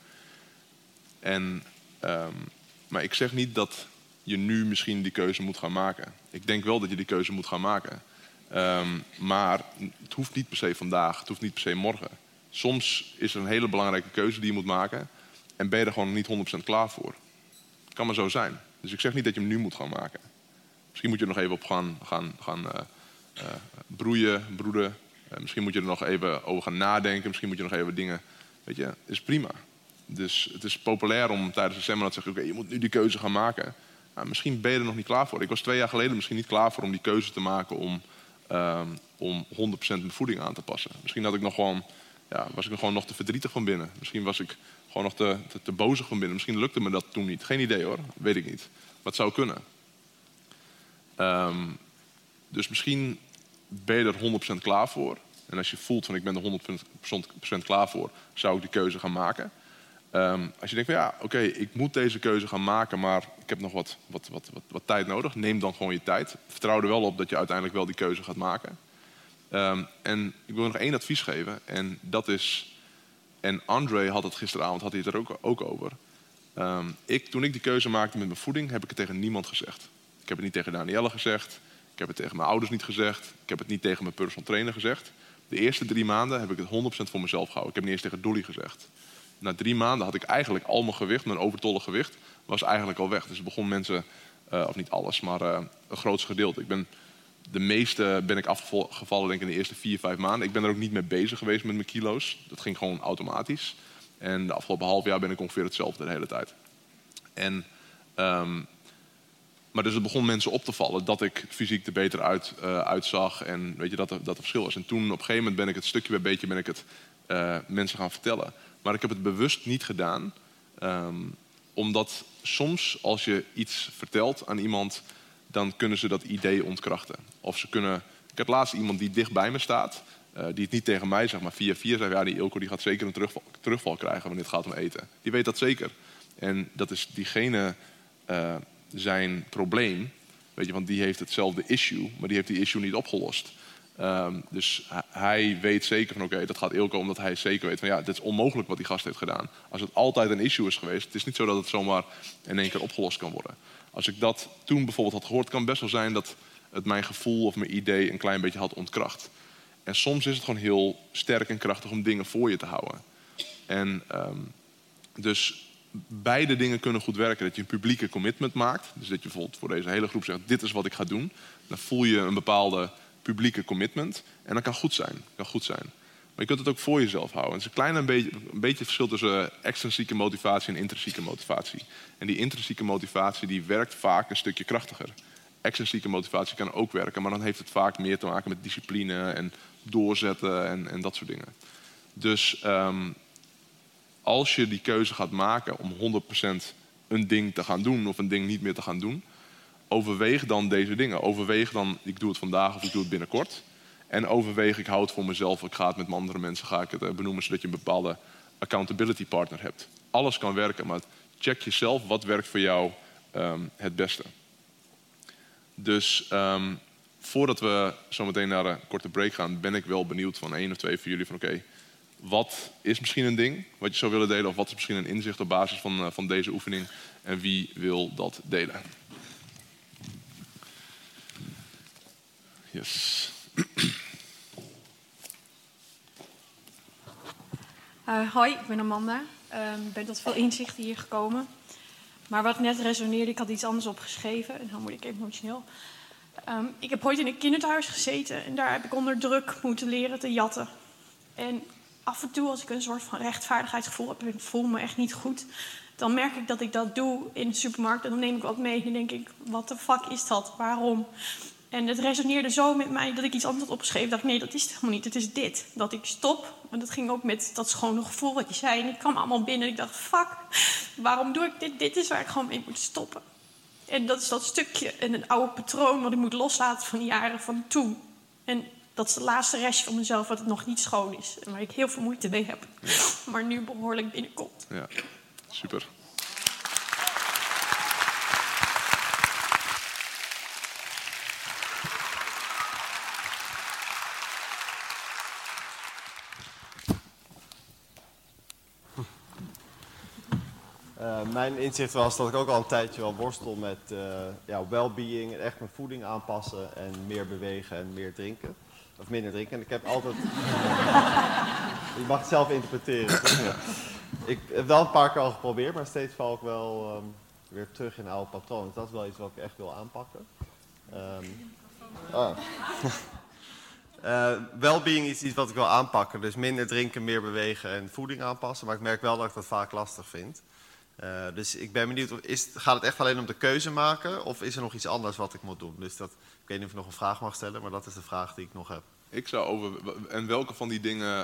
Maar ik zeg niet dat je nu misschien die keuze moet gaan maken. Ik denk wel dat je die keuze moet gaan maken. Maar het hoeft niet per se vandaag, het hoeft niet per se morgen. Soms is er een hele belangrijke keuze die je moet maken... en ben je er gewoon niet 100% klaar voor. Het kan maar zo zijn. Dus ik zeg niet dat je hem nu moet gaan maken. Misschien moet je er nog even op gaan broeden. Misschien moet je er nog even over gaan nadenken. Misschien moet je nog even dingen Weet je, is prima. Dus het is populair om tijdens een seminar te zeggen, oké, je moet nu die keuze gaan maken. Nou, misschien ben je er nog niet klaar voor. Ik was 2 jaar geleden misschien niet klaar voor om die keuze te maken om 100% mijn voeding aan te passen. Misschien was ik nog gewoon nog te verdrietig van binnen. Misschien was ik gewoon nog te bozig van binnen. Misschien lukte me dat toen niet. Geen idee hoor, weet ik niet. Maar het zou kunnen. Dus misschien ben je er 100% klaar voor. En als je voelt van ik ben er 100% klaar voor, zou ik die keuze gaan maken. Als je denkt van ja, oké, ik moet deze keuze gaan maken, maar ik heb nog wat tijd nodig. Neem dan gewoon je tijd. Vertrouw er wel op dat je uiteindelijk wel die keuze gaat maken. En ik wil nog 1 advies geven. En dat is, en André had het gisteravond, had hij het er ook over. Toen ik die keuze maakte met mijn voeding, heb ik het tegen niemand gezegd. Ik heb het niet tegen Danielle gezegd. Ik heb het tegen mijn ouders niet gezegd. Ik heb het niet tegen mijn personal trainer gezegd. De eerste 3 maanden heb ik het 100% voor mezelf gehouden. Ik heb het niet eens tegen Dolly gezegd. Na 3 maanden had ik eigenlijk al mijn gewicht, mijn overtollig gewicht, was eigenlijk al weg. Dus er begon mensen, of niet alles, maar een grootste gedeelte. De meeste ben ik afgevallen denk ik in de eerste 4-5 maanden. Ik ben er ook niet mee bezig geweest met mijn kilo's. Dat ging gewoon automatisch. En de afgelopen half jaar ben ik ongeveer hetzelfde de hele tijd. Maar dus het begon mensen op te vallen dat ik fysiek er beter uitzag. En weet je, dat er verschil was. En toen op een gegeven moment ben ik het stukje bij beetje mensen gaan vertellen. Maar ik heb het bewust niet gedaan. Omdat soms als je iets vertelt aan iemand, dan kunnen ze dat idee ontkrachten. Ik heb laatst iemand die dicht bij me staat, die het niet tegen mij zegt, maar via zei, ja, die Ilko die gaat zeker een terugval krijgen wanneer het gaat om eten. Die weet dat zeker. En dat is diegene zijn probleem, weet je, want die heeft hetzelfde issue, maar die heeft die issue niet opgelost. Dus hij weet zeker van oké, dat gaat Ilko omdat hij zeker weet van ja, dit is onmogelijk wat die gast heeft gedaan. Als het altijd een issue is geweest, het is niet zo dat het zomaar in 1 keer opgelost kan worden. Als ik dat toen bijvoorbeeld had gehoord, kan het best wel zijn dat het mijn gevoel of mijn idee een klein beetje had ontkracht. En soms is het gewoon heel sterk en krachtig om dingen voor je te houden. En dus beide dingen kunnen goed werken. Dat je een publieke commitment maakt. Dus dat je bijvoorbeeld voor deze hele groep zegt, dit is wat ik ga doen. Dan voel je een bepaalde publieke commitment. En dat kan goed zijn. Maar je kunt het ook voor jezelf houden. Het is een beetje verschil tussen extrinsieke motivatie en intrinsieke motivatie. En die intrinsieke motivatie die werkt vaak een stukje krachtiger. Extrinsieke motivatie kan ook werken, maar dan heeft het vaak meer te maken met discipline en doorzetten en dat soort dingen. Dus als je die keuze gaat maken om 100% een ding te gaan doen of een ding niet meer te gaan doen, overweeg dan deze dingen. Overweeg dan, ik doe het vandaag of ik doe het binnenkort. En overweeg, ik hou het voor mezelf, ik ga het met andere mensen benoemen, zodat je een bepaalde accountability partner hebt. Alles kan werken, maar check jezelf, wat werkt voor jou het beste. Dus voordat we zo meteen naar een korte break gaan, ben ik wel benieuwd van 1 of 2 van jullie van oké, wat is misschien een ding wat je zou willen delen, of wat is misschien een inzicht op basis van deze oefening en wie wil dat delen? Yes. Hoi, ik ben Amanda. Ik ben tot veel inzichten hier gekomen. Maar wat net resoneerde, ik had iets anders opgeschreven. En dan word ik emotioneel. Ik heb ooit in een kinderthuis gezeten. En daar heb ik onder druk moeten leren te jatten. En af en toe, als ik een soort van rechtvaardigheidsgevoel heb, en ik voel me echt niet goed, dan merk ik dat ik dat doe in de supermarkt. En dan neem ik wat mee. En dan denk ik, wat de fuck is dat? Waarom? En het resoneerde zo met mij dat ik iets anders had opgeschreven. Ik dacht, nee, dat is het helemaal niet. Het is dit. Dat ik stop. En dat ging ook met dat schone gevoel wat je zei. En ik kwam allemaal binnen en ik dacht, fuck, waarom doe ik dit? Dit is waar ik gewoon mee moet stoppen. En dat is dat stukje en een oude patroon wat ik moet loslaten van de jaren van toen. En dat is de laatste restje van mezelf wat het nog niet schoon is. En waar ik heel veel moeite mee heb. Maar nu behoorlijk binnenkomt. Ja, super. Mijn inzicht was dat ik ook al een tijdje wel worstel met well-being en echt mijn voeding aanpassen en meer bewegen en meer drinken. Of minder drinken. En ik heb altijd... Je mag het zelf interpreteren. Ja. Ik heb wel een paar keer al geprobeerd, maar steeds val ik wel weer terug in oude patronen. Dus dat is wel iets wat ik echt wil aanpakken. Wellbeing is iets wat ik wil aanpakken. Dus minder drinken, meer bewegen en voeding aanpassen. Maar ik merk wel dat ik dat vaak lastig vind. Dus ik ben benieuwd, gaat het echt alleen om de keuze maken? Of is er nog iets anders wat ik moet doen? Dus ik weet niet of ik nog een vraag mag stellen, maar dat is de vraag die ik nog heb. En welke van die dingen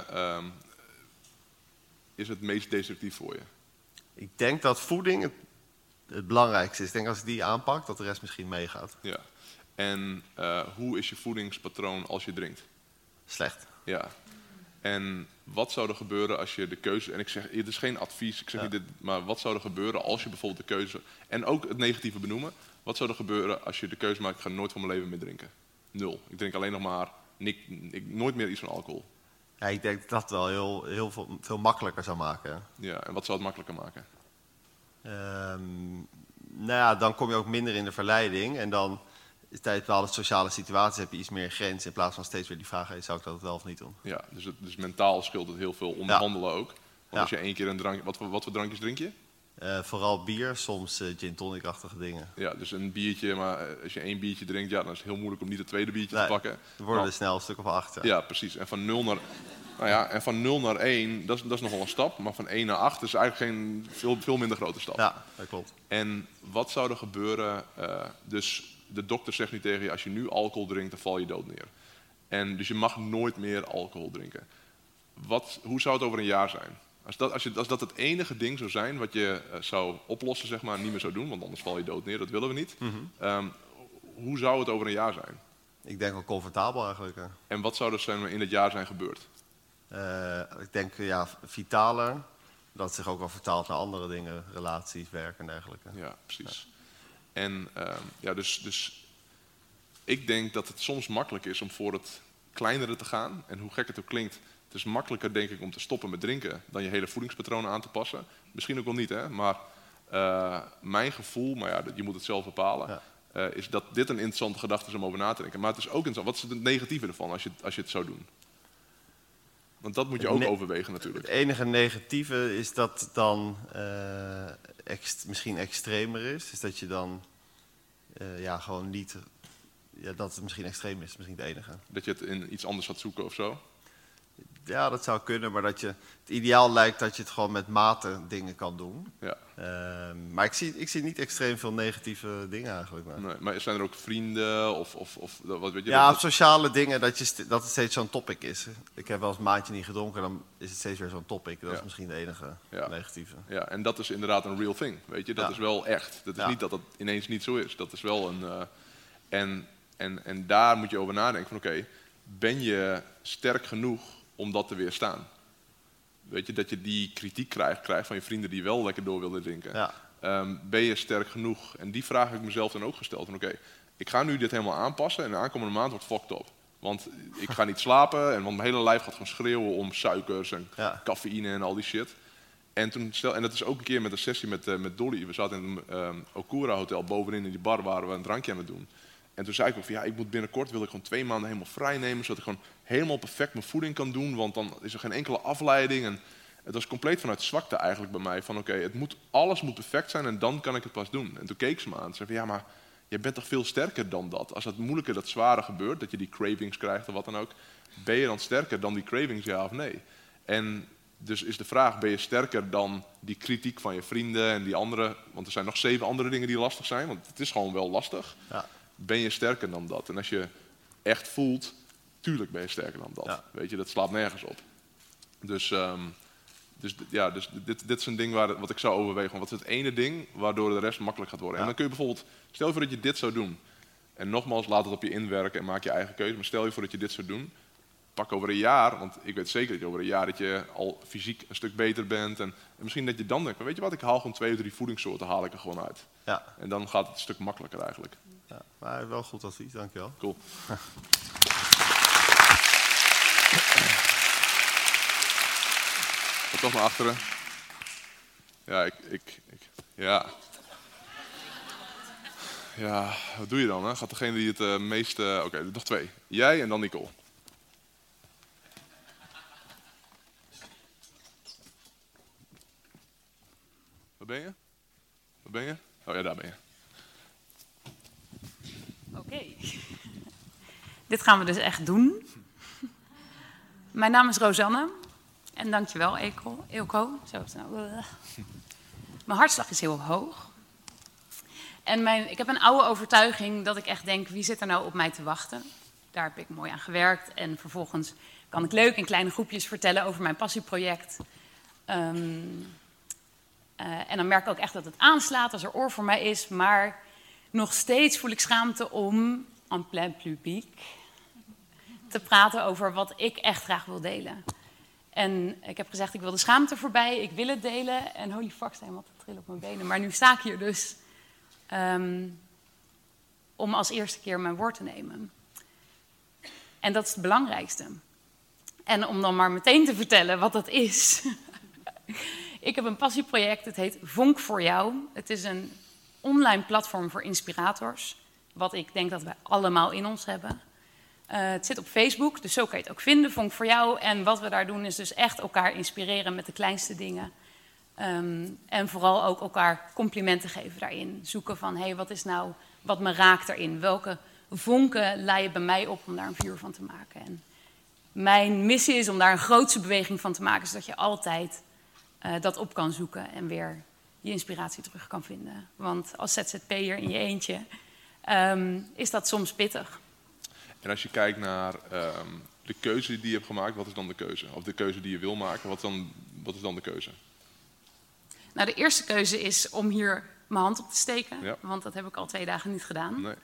is het meest destructief voor je? Ik denk dat voeding het belangrijkste is. Ik denk als ik die aanpak, dat de rest misschien meegaat. Ja. En hoe is je voedingspatroon als je drinkt? Slecht. Ja. En wat zou er gebeuren als je de keuze... En ik zeg, het is geen advies, ik zeg niet dit, maar wat zou er gebeuren als je bijvoorbeeld de keuze... En ook het negatieve benoemen. Wat zou er gebeuren als je de keuze maakt, ik ga nooit van mijn leven meer drinken? 0. Ik drink alleen nog maar... nooit meer iets van alcohol. Ja, ik denk dat dat wel heel veel makkelijker zou maken. Ja, en wat zou het makkelijker maken? Nou ja, dan kom je ook minder in de verleiding. En dan tijdens bepaalde sociale situaties heb je iets meer grens. In plaats van steeds weer die vraag, hey, zou ik dat wel of niet doen? Ja, dus mentaal scheelt het heel veel onderhandelen ook. Want als je 1 keer een drankje... Wat voor drankjes drink je? Vooral bier, soms gin tonic-achtige dingen. Ja, dus een biertje, maar als je 1 biertje drinkt, ja, dan is het heel moeilijk om niet het tweede biertje te pakken. Dan worden er snel een stuk of 8. Ja, ja precies. En van 0 naar 1, dat is nogal een stap. Maar van 1 naar 8 is eigenlijk veel minder grote stap. Ja, dat klopt. En wat zou er gebeuren? Dus de dokter zegt nu tegen je, als je nu alcohol drinkt, dan val je dood neer. En dus je mag nooit meer alcohol drinken. Hoe zou het over een jaar zijn? Als dat het enige ding zou zijn wat je zou oplossen, zeg maar, niet meer zou doen, want anders val je dood neer, dat willen we niet. Hoe zou het over een jaar zijn? Ik denk wel comfortabel eigenlijk. Hè. En wat zou er zijn in het jaar zijn gebeurd? Ik denk vitaler. Dat zich ook wel vertaalt naar andere dingen, relaties, werk en dergelijke. Ja, precies. Ja. En dus ik denk dat het soms makkelijk is om voor het kleinere te gaan. En hoe gek het ook klinkt, het is makkelijker denk ik om te stoppen met drinken dan je hele voedingspatronen aan te passen. Misschien ook wel niet, hè? Maar mijn gevoel, maar ja, je moet het zelf bepalen, is dat dit een interessante gedachte is om over na te denken. Maar het is ook interessant. Wat is het negatieve ervan als je het zou doen? Want dat moet je ook overwegen natuurlijk. Het enige negatieve is dat het dan misschien extremer is. Dus dat je dan gewoon niet... Ja, dat het misschien extreem is, misschien het enige. Dat je het in iets anders gaat zoeken of zo? Ja, dat zou kunnen, maar het ideaal lijkt dat je het gewoon met mate dingen kan doen. Ja. Maar ik zie niet extreem veel negatieve dingen eigenlijk. Nee, maar zijn er ook vrienden of wat weet je? Ja, sociale dingen, dat het steeds zo'n topic is. Ik heb wel eens een maandje niet gedronken, dan is het steeds weer zo'n topic. Dat is misschien de enige negatieve. Ja, en dat is inderdaad een real thing, weet je. Dat is wel echt. Dat is niet dat het ineens niet zo is. Dat is wel een... En daar moet je over nadenken van oké, ben je sterk genoeg om dat te weerstaan? Weet je, dat je die kritiek krijgt van je vrienden die wel lekker door willen drinken. Ja. Ben je sterk genoeg? En die vraag heb ik mezelf dan ook gesteld. Van oké, ik ga nu dit helemaal aanpassen en de aankomende maand wordt fucked up. Want ik ga niet slapen en want mijn hele lijf gaat gewoon schreeuwen om suikers en cafeïne en al die shit. En dat is ook een keer met een sessie met Dolly. We zaten in een Okura hotel bovenin in die bar waar we een drankje aan het doen. En toen zei ik ook van ik moet binnenkort wil ik gewoon 2 maanden helemaal vrij nemen, zodat ik gewoon helemaal perfect mijn voeding kan doen, want dan is er geen enkele afleiding. En het was compleet vanuit zwakte eigenlijk bij mij van oké, alles moet perfect zijn en dan kan ik het pas doen. En toen keek ze me aan en zei van maar je bent toch veel sterker dan dat? Als dat moeilijke, dat zware gebeurt, dat je die cravings krijgt of wat dan ook, ben je dan sterker dan die cravings, ja of nee? En dus is de vraag, ben je sterker dan die kritiek van je vrienden en die andere, want er zijn nog 7 andere dingen die lastig zijn, want het is gewoon wel lastig. Ja. Ben je sterker dan dat? En als je echt voelt, tuurlijk ben je sterker dan dat. Ja. Weet je, dat slaat nergens op. Dus dit is een ding wat ik zou overwegen. Want wat is het ene ding waardoor de rest makkelijk gaat worden? Ja. En dan kun je bijvoorbeeld, stel je voor dat je dit zou doen. En nogmaals, laat het op je inwerken en maak je eigen keuze. Maar stel je voor dat je dit zou doen. Pak over een jaar, want ik weet zeker dat je over een jaar dat je al fysiek een stuk beter bent. En misschien dat je dan denkt, weet je wat, ik haal gewoon 2 of 3 voedingssoorten, haal ik er gewoon uit. Ja. En dan gaat het een stuk makkelijker eigenlijk. Ja, maar wel goed advies, dankjewel. Cool. Ga toch naar achteren. Ja, Ja, wat doe je dan? Hè? Gaat degene die het meeste... Oké, nog 2. Jij en dan Nicole. Waar ben je? Waar ben je? Oh ja, daar ben je. Oké. Dit gaan we dus echt doen. Mijn naam is Rosanne. En dankjewel, Eelco. Zo is het nou. Mijn hartslag is heel hoog. En ik heb een oude overtuiging dat ik echt denk, wie zit er nou op mij te wachten? Daar heb ik mooi aan gewerkt. En vervolgens kan ik leuk in kleine groepjes vertellen over mijn passieproject. En dan merk ik ook echt dat het aanslaat als er oor voor mij is. Maar nog steeds voel ik schaamte om, en plein publiek, te praten over wat ik echt graag wil delen. En ik heb gezegd, ik wil de schaamte voorbij, ik wil het delen. En holy fuck, sta helemaal te trillen op mijn benen. Maar nu sta ik hier dus om als eerste keer mijn woord te nemen. En dat is het belangrijkste. En om dan maar meteen te vertellen wat dat is. Ik heb een passieproject, het heet Vonk voor jou. Het is een online platform voor inspirators. Wat ik denk dat wij allemaal in ons hebben. Het zit op Facebook, dus zo kan je het ook vinden, Vonk voor jou. En wat we daar doen is dus echt elkaar inspireren met de kleinste dingen. En vooral ook elkaar complimenten geven daarin. Zoeken van, hé, wat is nou, wat me raakt daarin? Welke vonken leiden bij mij op om daar een vuur van te maken? En mijn missie is om daar een grootse beweging van te maken, zodat je altijd dat op kan zoeken en weer je inspiratie terug kan vinden. Want als ZZP'er in je eentje is dat soms pittig. En als je kijkt naar de keuze die je hebt gemaakt, wat is dan de keuze? Of de keuze die je wil maken, wat is dan de keuze? Nou, de eerste keuze is om hier mijn hand op te steken. Ja. Want dat heb ik al 2 dagen niet gedaan. Nee.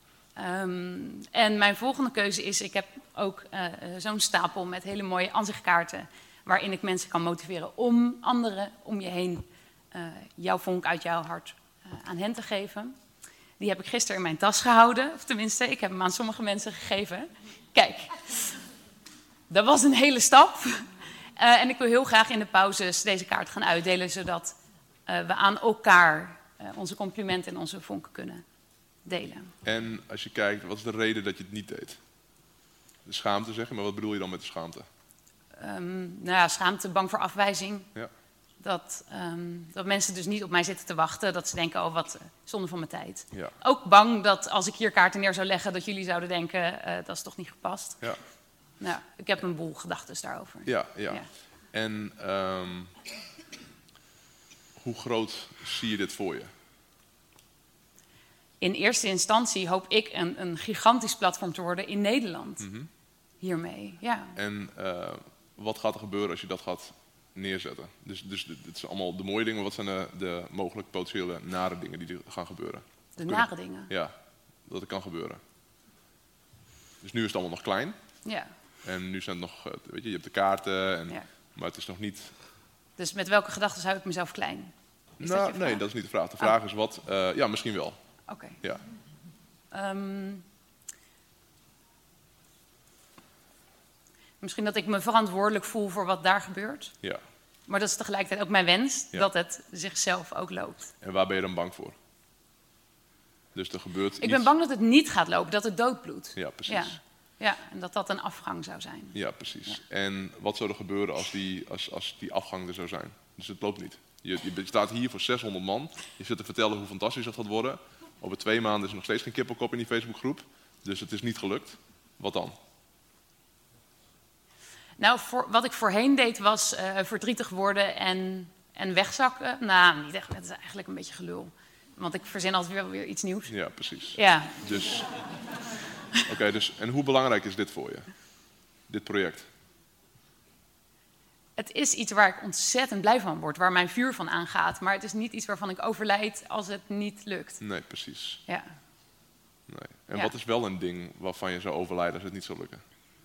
En mijn volgende keuze is, ik heb ook zo'n stapel met hele mooie aanzichtkaarten, waarin ik mensen kan motiveren om anderen om je heen jouw vonk uit jouw hart aan hen te geven. Die heb ik gisteren in mijn tas gehouden. Of tenminste, ik heb hem aan sommige mensen gegeven. Kijk, dat was een hele stap. En ik wil heel graag in de pauzes deze kaart gaan uitdelen, zodat we aan elkaar onze complimenten en onze vonken kunnen delen. En als je kijkt, wat is de reden dat je het niet deed? De schaamte zeg je, maar wat bedoel je dan met de schaamte? Nou ja, schaamte, bang voor afwijzing. Ja. Dat mensen dus niet op mij zitten te wachten. Dat ze denken, oh wat zonde van mijn tijd. Ja. Ook bang dat als ik hier kaarten neer zou leggen, dat jullie zouden denken, dat is toch niet gepast. Ja. Nou, ik heb een boel gedachten daarover. Ja. En hoe groot zie je dit voor je? In eerste instantie hoop ik een gigantisch platform te worden in Nederland. Hiermee, ja. En wat gaat er gebeuren als je dat gaat neerzetten? Dus dit zijn allemaal de mooie dingen. Wat zijn de mogelijk potentiële nare dingen die er gaan gebeuren? De nare dingen? Ja, dat het kan gebeuren. Dus nu is het allemaal nog klein. Ja. En nu zijn het nog, weet je, je hebt de kaarten, Ja. maar het is nog niet... Dus met welke gedachten hou ik mezelf klein? Is dat je vraag? Nee, dat is niet de vraag. De vraag is wat... ja, misschien wel. Oké. Ja. Misschien dat ik me verantwoordelijk voel voor wat daar gebeurt. Ja. Maar dat is tegelijkertijd ook mijn wens, Ja. dat het zichzelf ook loopt. En waar ben je dan bang voor? Dus er gebeurt iets... Ik ben bang dat het niet gaat lopen, dat het doodbloedt. Ja, precies. Ja. Ja, en dat dat een afgang zou zijn. Ja, precies. En wat zou er gebeuren als die afgang er zou zijn? Dus het loopt niet. Je staat hier voor 600 man. Je zit te vertellen hoe fantastisch dat gaat worden. Over 2 maanden is er nog steeds geen kippenkop in die Facebookgroep. Dus het is niet gelukt. Wat dan? Nou, wat ik voorheen deed was verdrietig worden en wegzakken. Nou, niet echt. Het is eigenlijk een beetje gelul. Want ik verzin altijd weer iets nieuws. Ja, precies. Ja. Dus, Oké, en hoe belangrijk is dit voor je? Dit project? Het is iets waar ik ontzettend blij van word, waar mijn vuur van aangaat. Maar het is niet iets waarvan ik overlijd als het niet lukt. Nee, precies. Ja. Nee. En Ja. wat is wel een ding waarvan je zou overlijden als het niet zou lukken?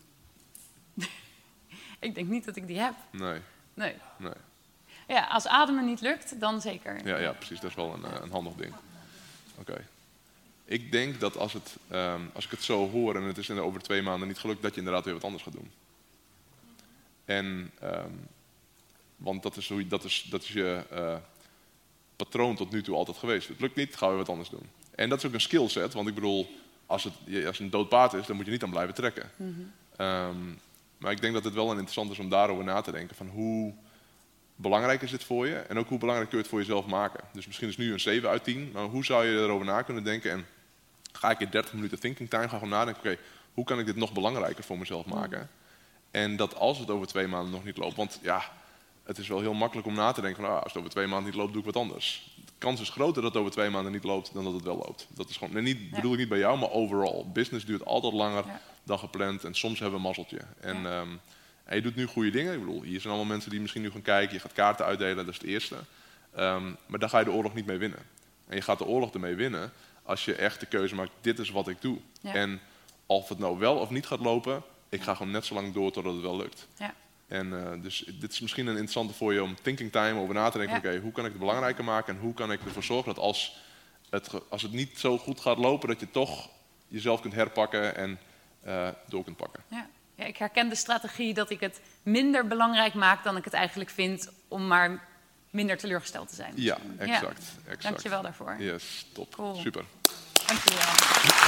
Ik denk niet dat ik die heb. Nee. Nee. Nee. Ja, als ademen niet lukt, dan zeker. Ja, precies. Dat is wel een handig ding. Oké. Ik denk dat als ik het zo hoor en het is over 2 maanden niet gelukt, dat je inderdaad weer wat anders gaat doen. En, want dat is je patroon tot nu toe altijd geweest. Het lukt niet, gaan we wat anders doen. En dat is ook een skillset, want ik bedoel, als het een dood paard is, dan moet je niet aan blijven trekken. Maar ik denk dat het wel interessant is om daarover na te denken. Van hoe belangrijk is dit voor je? En ook hoe belangrijk kun je het voor jezelf maken? Dus misschien is nu een 7 uit 10, maar hoe zou je erover na kunnen denken? En ga ik in 30 minuten thinking time gaan nadenken, oké, hoe kan ik dit nog belangrijker voor mezelf maken? En dat als het over 2 maanden nog niet loopt, want ja, het is wel heel makkelijk om na te denken van als het over 2 maanden niet loopt, doe ik wat anders. De kans is groter dat het over 2 maanden niet loopt dan dat het wel loopt. Dat is gewoon, bedoel ik niet bij jou, maar overal. Business duurt altijd langer dan gepland en soms hebben we een mazzeltje. En je doet nu goede dingen. Ik bedoel, hier zijn allemaal mensen die misschien nu gaan kijken. Je gaat kaarten uitdelen, dat is het eerste. Maar daar ga je de oorlog niet mee winnen. En je gaat de oorlog ermee winnen als je echt de keuze maakt, dit is wat ik doe. Ja. En of het nou wel of niet gaat lopen, ik ga gewoon net zo lang door totdat het wel lukt. Ja. En dus dit is misschien een interessante voor je om thinking time over na te denken. Oké, hoe kan ik het belangrijker maken en hoe kan ik ervoor zorgen dat als het niet zo goed gaat lopen, dat je toch jezelf kunt herpakken en door kunt pakken. Ja. Ja, ik herken de strategie dat ik het minder belangrijk maak dan ik het eigenlijk vind om maar minder teleurgesteld te zijn. Ja, exact. Dank je wel daarvoor. Yes, top. Cool. Super. Dank je wel.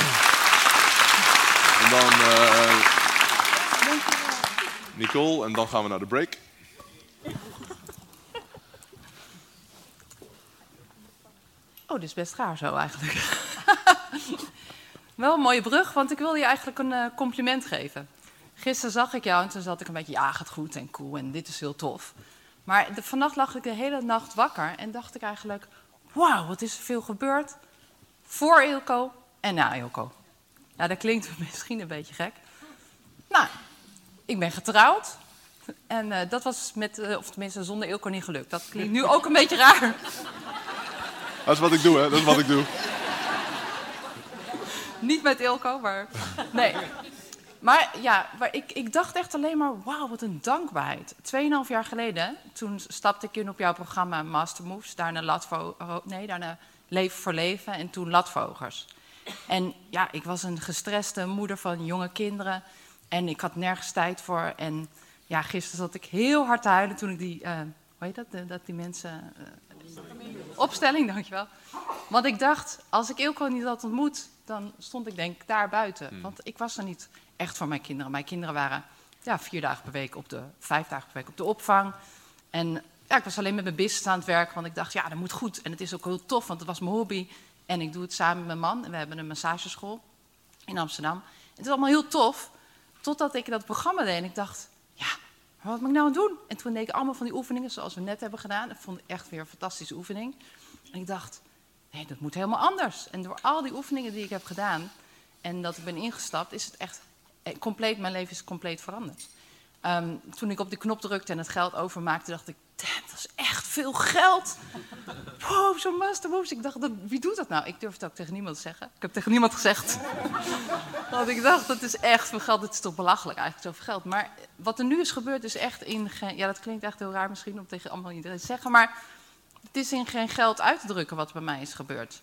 En dan Nicole en dan gaan we naar de break. Oh, dit is best raar zo eigenlijk. Wel een mooie brug, want ik wilde je eigenlijk een compliment geven. Gisteren zag ik jou en toen zat ik een beetje, ja, gaat goed en cool en dit is heel tof. Maar vannacht lag ik de hele nacht wakker en dacht ik eigenlijk, wauw, wat is er veel gebeurd voor Eelco en na Eelco. Ja, dat klinkt misschien een beetje gek. Nou, ik ben getrouwd en dat was of tenminste zonder Eelco niet gelukt. Dat klinkt nu ook een beetje raar. Dat is wat ik doe, hè? Dat is wat ik doe. Niet met Eelco, maar nee. Maar ja, ik dacht echt alleen maar, wauw, wat een dankbaarheid. 2,5 jaar geleden, toen stapte ik in op jouw programma Master Moves. Daarna daarna Leven voor Leven en toen Latvogers. En ja, ik was een gestreste moeder van jonge kinderen. En ik had nergens tijd voor. En ja, gisteren zat ik heel hard te huilen toen ik die, hoe heet dat die mensen... opstelling, dankjewel. Want ik dacht, als ik Eelco niet had ontmoet, dan stond ik denk daar buiten. Want ik was er niet echt voor mijn kinderen. Mijn kinderen waren 4 dagen per week 5 dagen per week op de opvang. En ja, ik was alleen met mijn business aan het werk, want ik dacht, ja, dat moet goed. En het is ook heel tof, want het was mijn hobby. En ik doe het samen met mijn man. En we hebben een massageschool in Amsterdam. En het is allemaal heel tof, totdat ik dat programma deed. En ik dacht, ja, maar wat moet ik nou aan doen? En toen deed ik allemaal van die oefeningen zoals we net hebben gedaan. Dat vond ik echt weer een fantastische oefening. En ik dacht, nee, dat moet helemaal anders. En door al die oefeningen die ik heb gedaan en dat ik ben ingestapt, is het echt compleet, mijn leven is compleet veranderd. Toen ik op die knop drukte en het geld overmaakte, dacht ik, damn, dat is echt veel geld. Wow, zo'n Master Moves. Ik dacht, wie doet dat nou? Ik durf het ook tegen niemand te zeggen. Ik heb tegen niemand gezegd. Want ik dacht, dat is echt veel geld. Het is toch belachelijk eigenlijk, zoveel geld. Maar wat er nu is gebeurd is echt ja, dat klinkt echt heel raar misschien om tegen allemaal iedereen te zeggen, maar het is in geen geld uit te drukken wat bij mij is gebeurd.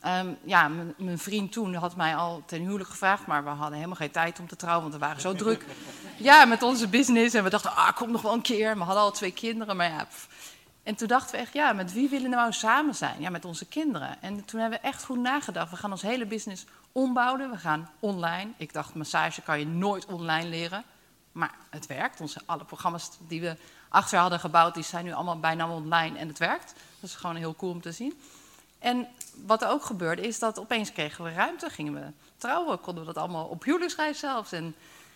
Ja, mijn vriend toen had mij al ten huwelijk gevraagd, maar we hadden helemaal geen tijd om te trouwen, want we waren zo druk. Ja, met onze business en we dachten, kom nog wel een keer. We hadden al 2 kinderen, maar ja. En toen dachten we echt, ja, met wie willen we nou samen zijn? Ja, met onze kinderen. En toen hebben we echt goed nagedacht. We gaan ons hele business ombouwen. We gaan online. Ik dacht, massage kan je nooit online leren. Maar het werkt. Alle programma's die we achter hadden gebouwd, die zijn nu allemaal bijna online en het werkt. Dat is gewoon heel cool om te zien. En wat er ook gebeurde, is dat opeens kregen we ruimte. Gingen we trouwen, konden we dat allemaal op huwelijksreis zelfs. En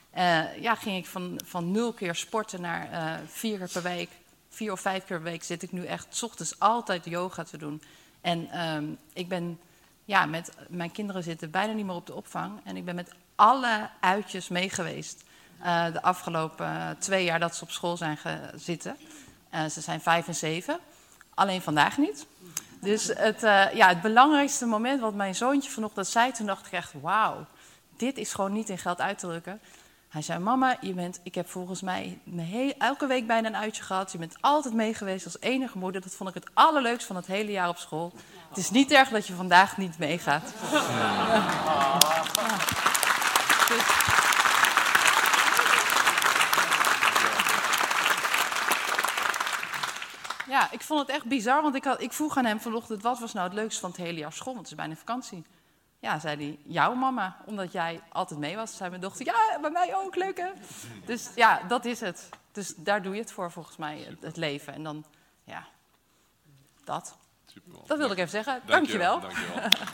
ging ik van 0 keer sporten naar 4 keer per week. 4 of 5 keer per week zit ik nu echt 's ochtends altijd yoga te doen. En ik ben, met mijn kinderen zitten bijna niet meer op de opvang. En ik ben met alle uitjes mee geweest. De afgelopen 2 jaar dat ze op school zijn zitten. Ze zijn 5 en 7. Alleen vandaag niet. Dus het belangrijkste moment wat mijn zoontje vanochtend zei, toen dacht ik echt, wauw, dit is gewoon niet in geld uit te drukken. Hij zei, mama, ik heb volgens mij elke week bijna een uitje gehad. Je bent altijd mee geweest als enige moeder. Dat vond ik het allerleukst van het hele jaar op school. Het is niet erg dat je vandaag niet meegaat. Ja, ik vond het echt bizar, want ik vroeg aan hem vanochtend, wat was nou het leukste van het hele jaar school? Want het is bijna vakantie. Ja, zei hij, jouw mama, omdat jij altijd mee was. Zei mijn dochter, ja, bij mij ook, leuk hè? Dus ja, dat is het. Dus daar doe je het voor, volgens mij, het leven. En dan, ja, dat. Super. Dat wilde ik even zeggen. Dankjewel. Dankjewel.